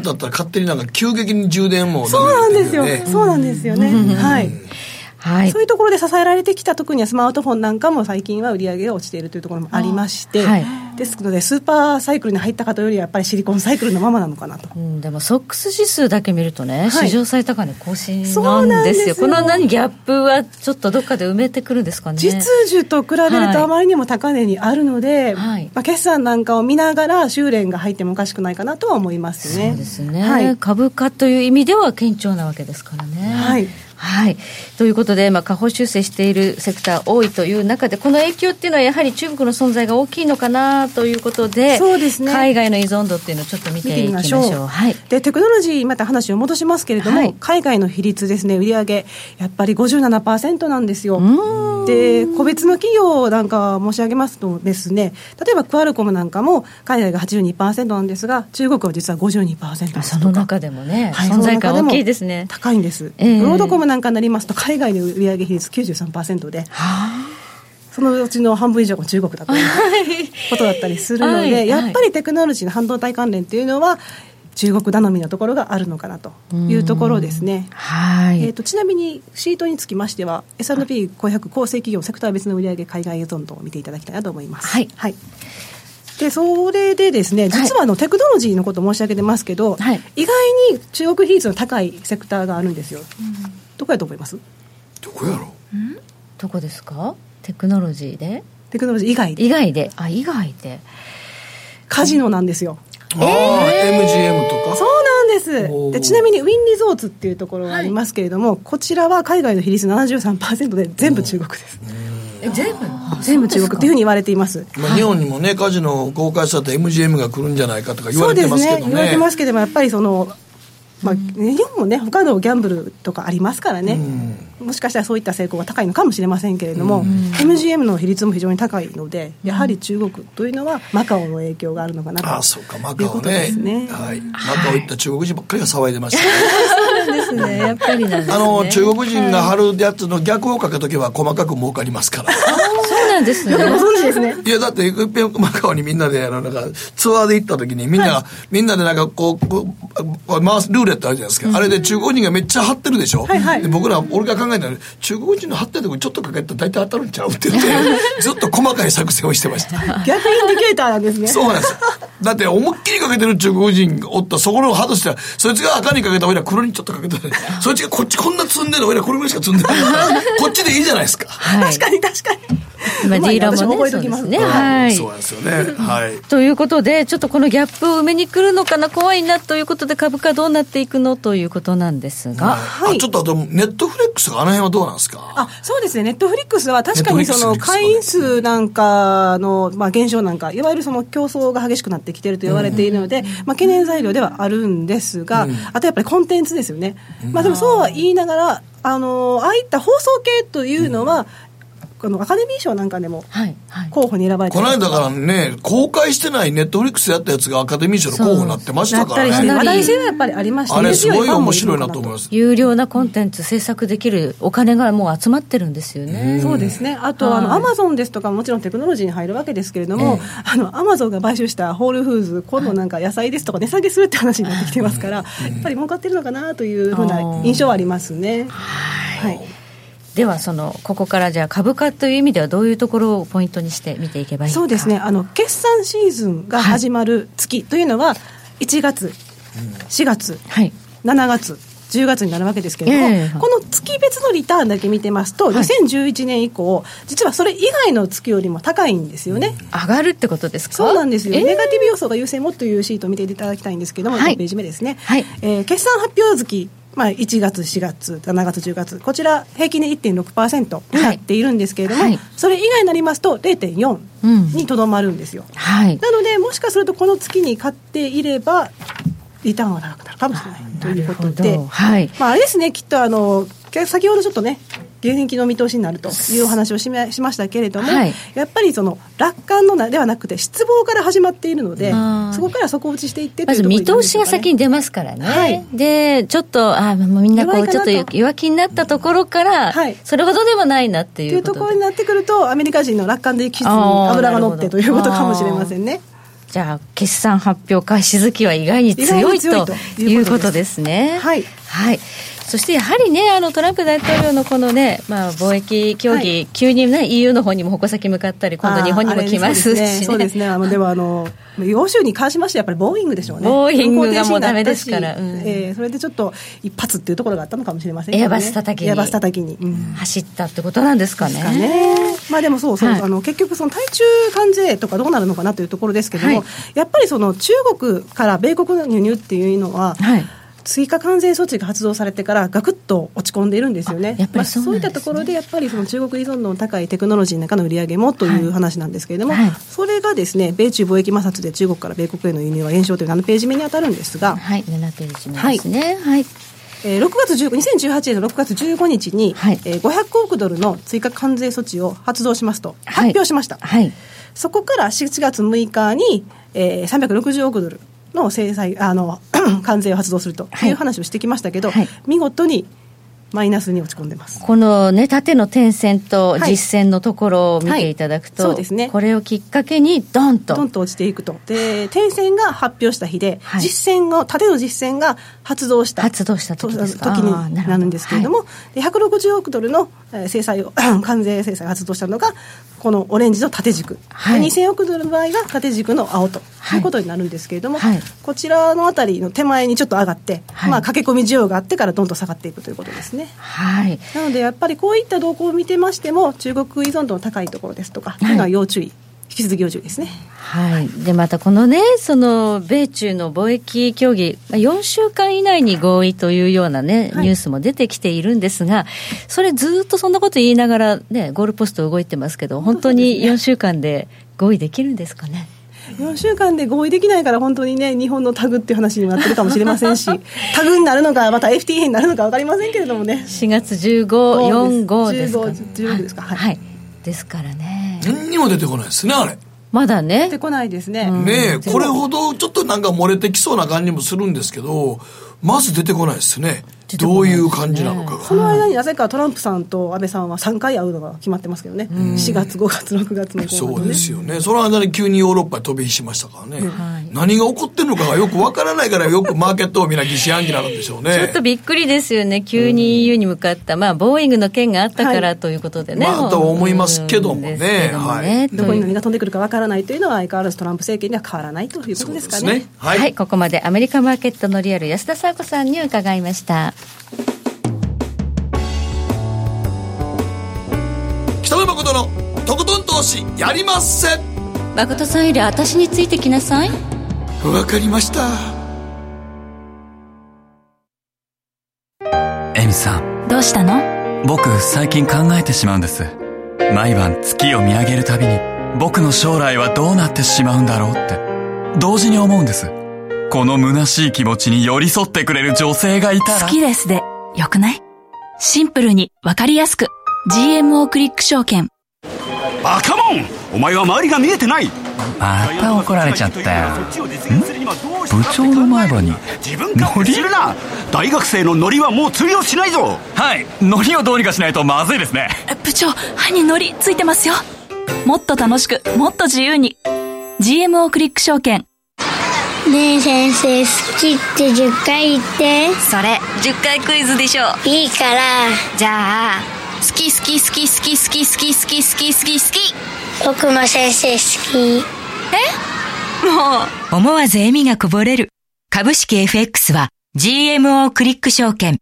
経ったら勝手になんか急激に充電も、 そうなんですよ。そうなんですよね。はい。はい、そういうところで支えられてきた、特にはスマートフォンなんかも最近は売り上げが落ちているというところもありまして、はい、ですのでスーパーサイクルに入った方よりはやっぱりシリコンサイクルのままなのかなと、 でもソックス指数だけ見るとね、史上最高値更新なんですよ。このギャップはちょっとどっかで埋めてくるんですかね。 実需と比べるとあまりにも高値にあるので、決算なんかを見ながら修練が入ってもおかしくないかなとは思いますね。 そうですね、株価という意味では堅調なわけですからね。はい、ということで、下方修正しているセクター多いという中で、この影響っていうのはやはり中国の存在が大きいのかなということで、 そうですね、 海外の依存度っていうのをちょっと見ていきましょう。 でテクノロジーまた話を戻しますけれども、海外の比率ですね、売上やっぱり 57% なんですよ。で個別の企業なんか申し上げますとですね、例えばクアルコムなんかも海外が 82% なんですが、中国は実は 52% ですとか。 その中でもね、存在感大きいですね。 高いんです。ブロードコムなんかになりますと海外の売上比率 93% で、そのうちの半分以上が中国だということだったりするので、やっぱりテクノロジーの半導体関連というのは中国頼みのところがあるのかなというところですね。ちなみにシートにつきましては S&P500 構成企業セクター別の売上海外依存度を見ていただきたいなと思います。でそれでですね、実はテクノロジーのことを申し上げてますけど、意外に中国比率の高いセクターがあるんですよ。どこやと思います？ どこやろ？ どこですか？テクノロジーで？ テクノロジー以外で。 以外で。 カジノなんですよ。 MGM とか。 そうなんです。でちなみにウィンリゾーツっていうところがありますけれども、こちらは海外の比率 73% で全部中国です。全部中国というふうに言われています。 日本にもね、カジノを公開された MGM が来るんじゃないかとか言われてますけどね。 そうですね、言われてますけども、やっぱり日本もね、他のギャンブルとかありますからね、もしかしたらそういった成功が高いのかもしれませんけれども、MGM の比率も非常に高いので、やはり中国というのはマカオの影響があるのかなと。 そうか、マカオね。マカオ行った中国人ばっかりが騒いでましたね。 そうなんですね、やっぱりなんですね。 中国人が貼るやつの逆をかけとけば細かく儲かりますから。 そうなんですね。 よくご存知ですね。 いやだってマカオにみんなでなんかツアーで行った時にみんなでなんかこう回すルーレットあるじゃないですか、あれで中国人がめっちゃ張ってるでしょ、で俺が考えたら中国人の張ってるとこにちょっとかけたら大体当たるんちゃうって言ってずっと細かい作戦をしてました。 逆インディケーターなんですね。 そうなんですよ。だって思いっきりかけてる中国人がおったら、そこの外したらそいつが赤にかけた俺ら黒にちょっとかけたら、そいつがこっちこんな積んでるの俺らこれぐらいしか積んでないこっちでいいじゃないですか。 確かにディーラーもね、そうですね。 そうなんですよね。 ということで、ちょっとこのギャップを埋めに来るのかな、怖いなということで、株価どうなっていくのということなんですが、 ちょっとあとネットフレックスがあの辺はどうなんですか？ そうですね、ネットフリックスは確かに会員数なんかの減少なんか、いわゆる競争が激しくなってきていると言われているので、懸念材料ではあるんですが、あとやっぱりコンテンツですよね。でもそうは言いながら、ああいった放送系というのは、アカデミー賞なんかでも候補に選ばれてます。 この間からね、公開してないネットフリックスでやったやつがアカデミー賞の候補になってましたからね。 話題性はやっぱりありましたね。 あれすごい面白いなと思います。 有料なコンテンツ制作できるお金がもう集まってるんですよね。 そうですね。あとアマゾンですとかもちろんテクノロジーに入るわけですけれども、アマゾンが買収したホールフーズ、今度なんか野菜ですとか値下げするって話になってきてますから、やっぱり儲かってるのかなというふうな印象はありますね。 ではここからじゃあ株価という意味ではどういうところをポイントにして見ていけばいいか。 そうですね、決算シーズンが始まる月というのは1月、4月、7月10月になるわけですけれども、この月別のリターンだけ見てますと、2011年以降実はそれ以外の月よりも高いんですよね。 上がるってことですか？ そうなんですよ、ネガティブ要素が優先もというシートを見ていただきたいんですけども、1ページ目ですね、決算発表月、1月、4月、7月、10月、こちら平均で 1.6% になっているんですけれども、それ以外になりますと 0.4 にとどまるんですよ。なのでもしかするとこの月に買っていればリターンは高くなるかもしれないということで、あれですね、きっと先ほどちょっとね現役の見通しになるというお話をしましたけれども、やっぱり楽観のではなくて失望から始まっているので、そこから底打ちしていってというところに、 まず見通しが先に出ますからね、でちょっともうみんなちょっと弱気になったところから、それほどでもないなっていうことところになってくると、アメリカ人の楽観的指数に油が乗ってということかもしれませんね。 じゃあ決算発表開始月は意外に強いということですね。はい、はい。そしてやはりね、トランプ大統領のこのね、貿易協議、はい、急にね EU の方にも矛先向かったり、今度日本にも来ますしね。 そうですね。でも欧州に関しましてやっぱりボーイングでしょうね。 ボーイングがもうダメですから、 それでちょっと一発っていうところがあったのかもしれませんけどね。 エアバス叩きに、走ったってことなんですかね。 でもそう、はい、結局その対中関税とかどうなるのかなというところですけども、はい、やっぱりその中国から米国の輸入っていうのは、はい、追加関税措置が発動されてからガクッと落ち込んでいるんですよね。そういったところでやっぱりその中国依存度の高いテクノロジーの中の売り上げもという話なんですけれども、はい、それがですね、米中貿易摩擦で中国から米国への輸入は減少という7ページ目に当たるんですが、 はい、7ページ目ですね。はい、 2018年の6月15日に、はい、500億ドルの追加関税措置を発動しますと発表しました。はいはい、そこから7月6日に、360億ドルの制裁関税を発動するという話をしてきましたけど、はい、見事にマイナスに落ち込んでます。 この、ね、縦の点線と実線のところを見ていただくと、はいはい、そうですね、これをきっかけにドンと落ちていくと。で、点線が発表した日で、はい、縦の実線が発動した時になるんですけれども、はい、160億ドルの制裁を関税制裁を発動したのがこのオレンジの縦軸、はい、2000億ドルの場合が縦軸の青ということになるんですけれども、はい、こちらのあたりの手前にちょっと上がって、はい、駆け込み需要があってからどんどん下がっていくということですね。はい、なのでやっぱりこういった動向を見てましても中国依存度の高いところですとか、はい、というのは要注意、引き続き要注意ですね。 はい、でまたこのね、その米中の貿易協議4週間以内に合意というようなね、はい、ニュースも出てきているんですが、それずっとそんなこと言いながらね、ゴールポスト動いてますけど、本当に4週間で合意できるんですかね。 4週間で合意できないから本当にね、日本のタグっていう話になってるかもしれませんしタグになるのかまた FTA になるのか分かりませんけれどもね。 4月15、45ですか、 15ですか、はい、 はい、ですからね、 何にも出てこないですね、あれまだね、 出てこないですね。 ねえ、これほどちょっとなんか漏れてきそうな感じもするんですけど、まず出てこないですね。どういう感じなのかが。 その間になぜかトランプさんと安倍さんは3回会うのが決まってますけどね、4月5月6月の、ね、 そうですよね。その間に急にヨーロッパに飛び火しましたからね、はい、何が起こってるのかがよくわからないからよくマーケットをみんな疑心暗鬼になるんでしょうね。 ちょっとびっくりですよね、急に EU に向かった、ボーイングの件があったから、はい、ということでね、 と思いますけどもね、はい、 どこに何が飛んでくるかわからないというのは相変わらずトランプ政権には変わらないということですか ね。 はい、はい、ここまでアメリカマーケットのリアル安田沙子さんに伺いました。 北野誠のとことん投資やりまっせ。 誠さんより私についてきなさい。 わかりました。 エミさん、 どうしたの？ 僕最近考えてしまうんです。毎晩月を見上げるたびに僕の将来はどうなってしまうんだろうって同時に思うんです。この虚しい気持ちに寄り添ってくれる女性がいたら。 好きですでよくない？シンプルにわかりやすく GMO クリック証券。 バカモン、お前は周りが見えてない。 また怒られちゃったよ。部長の前歯に自分からするな。大学生のノリはもう通用しないぞ。 はい、ノリをどうにかしないとまずいですね。 部長、歯にノリついてますよ。もっと楽しく、もっと自由に GMO クリック証券。 ねえ先生、好きって10回言って。 それ10回クイズでしょ。 いいから。 じゃあ、好き好き好き好き好き好き好き好き好き好き。 僕も先生好き。 もう思わず笑みがこぼれる。株式 FX は GMO クリック証券。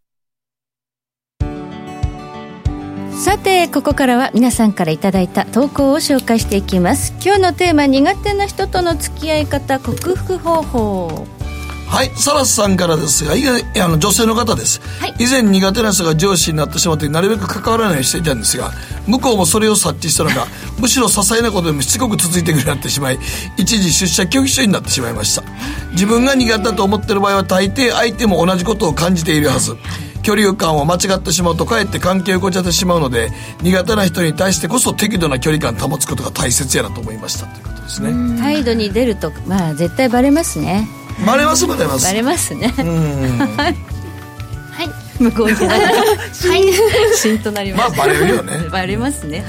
さて、ここからは皆さんからいただいた投稿を紹介していきます。今日のテーマ、苦手な人との付き合い方克服方法。 はい、サラスさんからですが、女性の方です、はい、以前苦手な人が上司になってしまってなるべく関わらないようにしていたんですが、向こうもそれを察知したのかむしろ些細なことでもしつこく続いてくるようになってしまい、一時出社拒否者になってしまいました。自分が苦手だと思っている場合は大抵相手も同じことを感じているはず。距離感を間違ってしまうとかえって関係をごちゃってしまうので、苦手な人に対してこそ適度な距離感を保つことが大切やなと思いましたということですね。 態度に出ると、絶対バレますね。 バレますバレますね。はい、向こうにはい、シーンとなりました。 バレるよね。 バレますね。はい。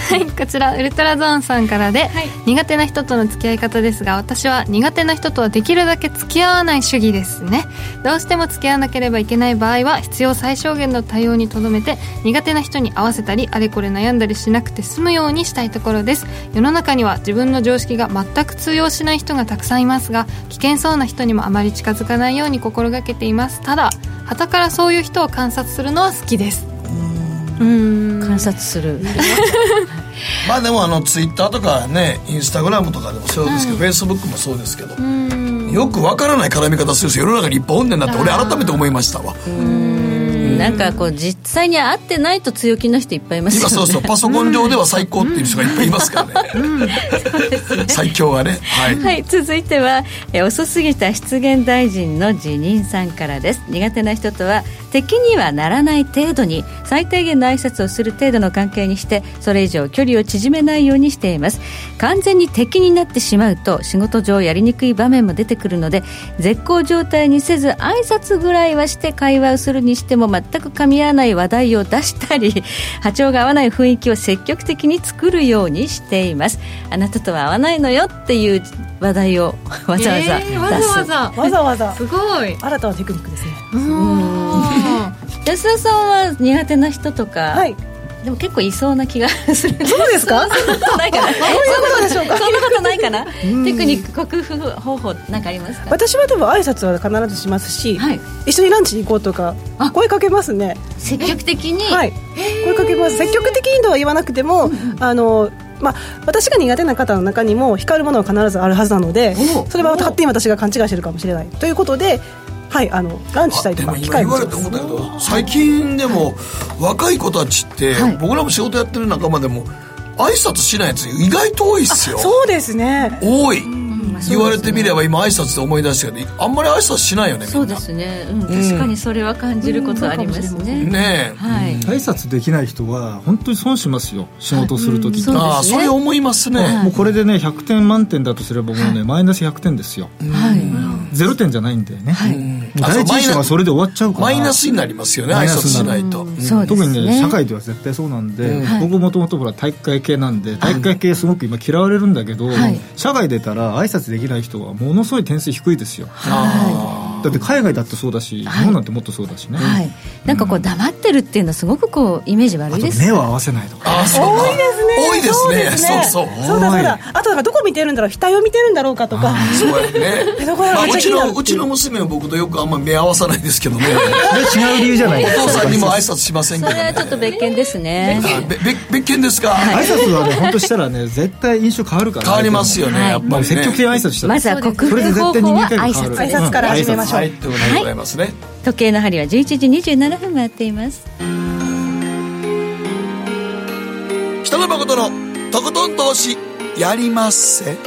はい、こちらウルトラゾーンさんからで、苦手な人との付き合い方ですが、私は苦手な人とはできるだけ付き合わない主義ですね。どうしても付き合わなければいけない場合は必要最小限の対応にとどめて、苦手な人に合わせたりあれこれ悩んだりしなくて済むようにしたいところです。世の中には自分の常識が全く通用しない人がたくさんいますが、危険そうな人にもあまり近づかないように心がけています。ただ傍からそういう人を観察するのは好きです。 観察するまあでもツイッターとかね、インスタグラムとかでもそうですけど、フェイスブックもそうですけど、よくわからない絡み方する人世の中にいっぱいおんねんなって俺改めて思いましたわ。 なんかこう実際に会ってないと強気の人いっぱいいますよね。 そうパソコン上では最高っていう人がいっぱいいますからね。そうですね、最強はね。はい、 続いては遅すぎた失言大臣の辞任さんからです。苦手な人とは敵にはならない程度に最低限の挨拶をする程度の関係にして、それ以上距離を縮めないようにしています。完全に敵になってしまうと仕事上やりにくい場面も出てくるので、絶好状態にせず挨拶ぐらいはして会話をするにしても全く噛み合わない話題を出したり、波長が合わない雰囲気を積極的に作るようにしています。あなたとは合わないのよっていう話題をわざわざ出す、 わざわざすごい新たなテクニックですね。 安田さんは苦手な人とか、はい、でも結構いそうな気がする。 そうですか？ そんなことないかな。 そういうことでしょうか？ そんなことないかな。テクニック克服方法なんかありますか？ 私は多分挨拶は必ずしますし、はい、一緒にランチに行こうとか声かけますね。 積極的に、 はい、声かけます。積極的にとは言わなくても、私が苦手な方の中にも光るものは必ずあるはずなので、それは勝手に私が勘違いしてるかもしれないということで、はい、ランチしたりとか機会も言われて思ったけど、最近でも若い子たちって、僕らも仕事やってる仲間でも挨拶しないやつ意外と多いっすよ。 そうですね、 多い。言われてみれば今挨拶で思い出したけど、あんまり挨拶しないよねみんな。 そうですね、確かにそれは感じることありますね。 挨拶できない人は本当に損しますよ、仕事するときに。 それ思いますね。 もうこれでね100点満点だとすればもうね、マイナス100点ですよ。0点じゃないんだよね。第一印象はそれで終わっちゃうから、 マイナスになりますよね、挨拶しないと。 特にね社会では絶対そうなんで、僕もともと体育会系なんで、体育会系すごく今嫌われるんだけど、社外出たら挨拶できない人はものすごい点数低いですよ。だって海外だってそうだし、日本なんてもっとそうだしね。 なんかこう黙ってるっていうのはすごくこうイメージ悪いです。 目を合わせないとか。 多いですね。 多いですね。 そうだ。あとどこ見てるんだろう、額を見てるんだろうかとか。 そうやね。うちの娘は僕とよくあんま目合わさないですけどね。 違う理由じゃないですか。 お父さんにも挨拶しませんけどね。 それはちょっと別件ですね。 別件ですか。 挨拶はね本当したらね絶対印象変わるから。 変わりますよね。やっぱり積極的に挨拶したら。 まずは克服方法は挨拶から始めましょう。 ということでございますね。 時計の針は11時27分回っています。 北野誠のとことん投資やりまっせ。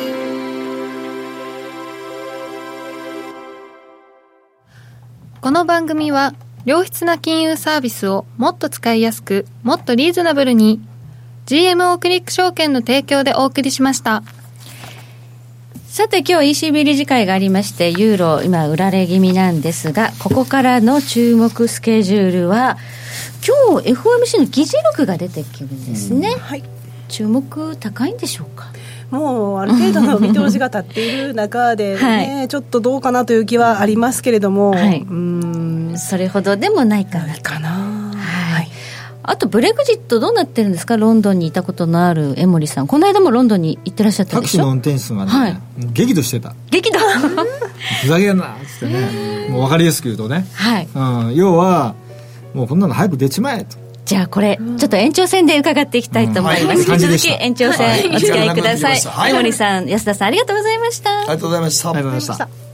この番組は良質な金融サービスをもっと使いやすく、もっとリーズナブルに GMO クリック証券の提供でお送りしました。 さて今日 ECB 理事会がありまして、ユーロ今売られ気味なんですが、ここからの注目スケジュールは今日 FOMC の議事録が出てくるんですね。注目高いんでしょうか。 もうある程度の見通しが立っている中で、ねちょっとどうかなという気はありますけれども、 それほどでもないかな。あとブレグジットどうなってるんですか。ロンドンにいたことのある江森さん、この間もロンドンに行ってらっしゃったでしょ。 タクシーの運転手がね、激怒してた。 激怒ふざけんなっつってね、もう分かりやすく言うとね、要はもうこんなの早く出ちまえと。 じゃあこれちょっと延長戦で伺っていきたいと思います。引き続き延長戦お付き合いください。江森さん、安田さん、ありがとうございました。 ありがとうございました。 ありがとうございました。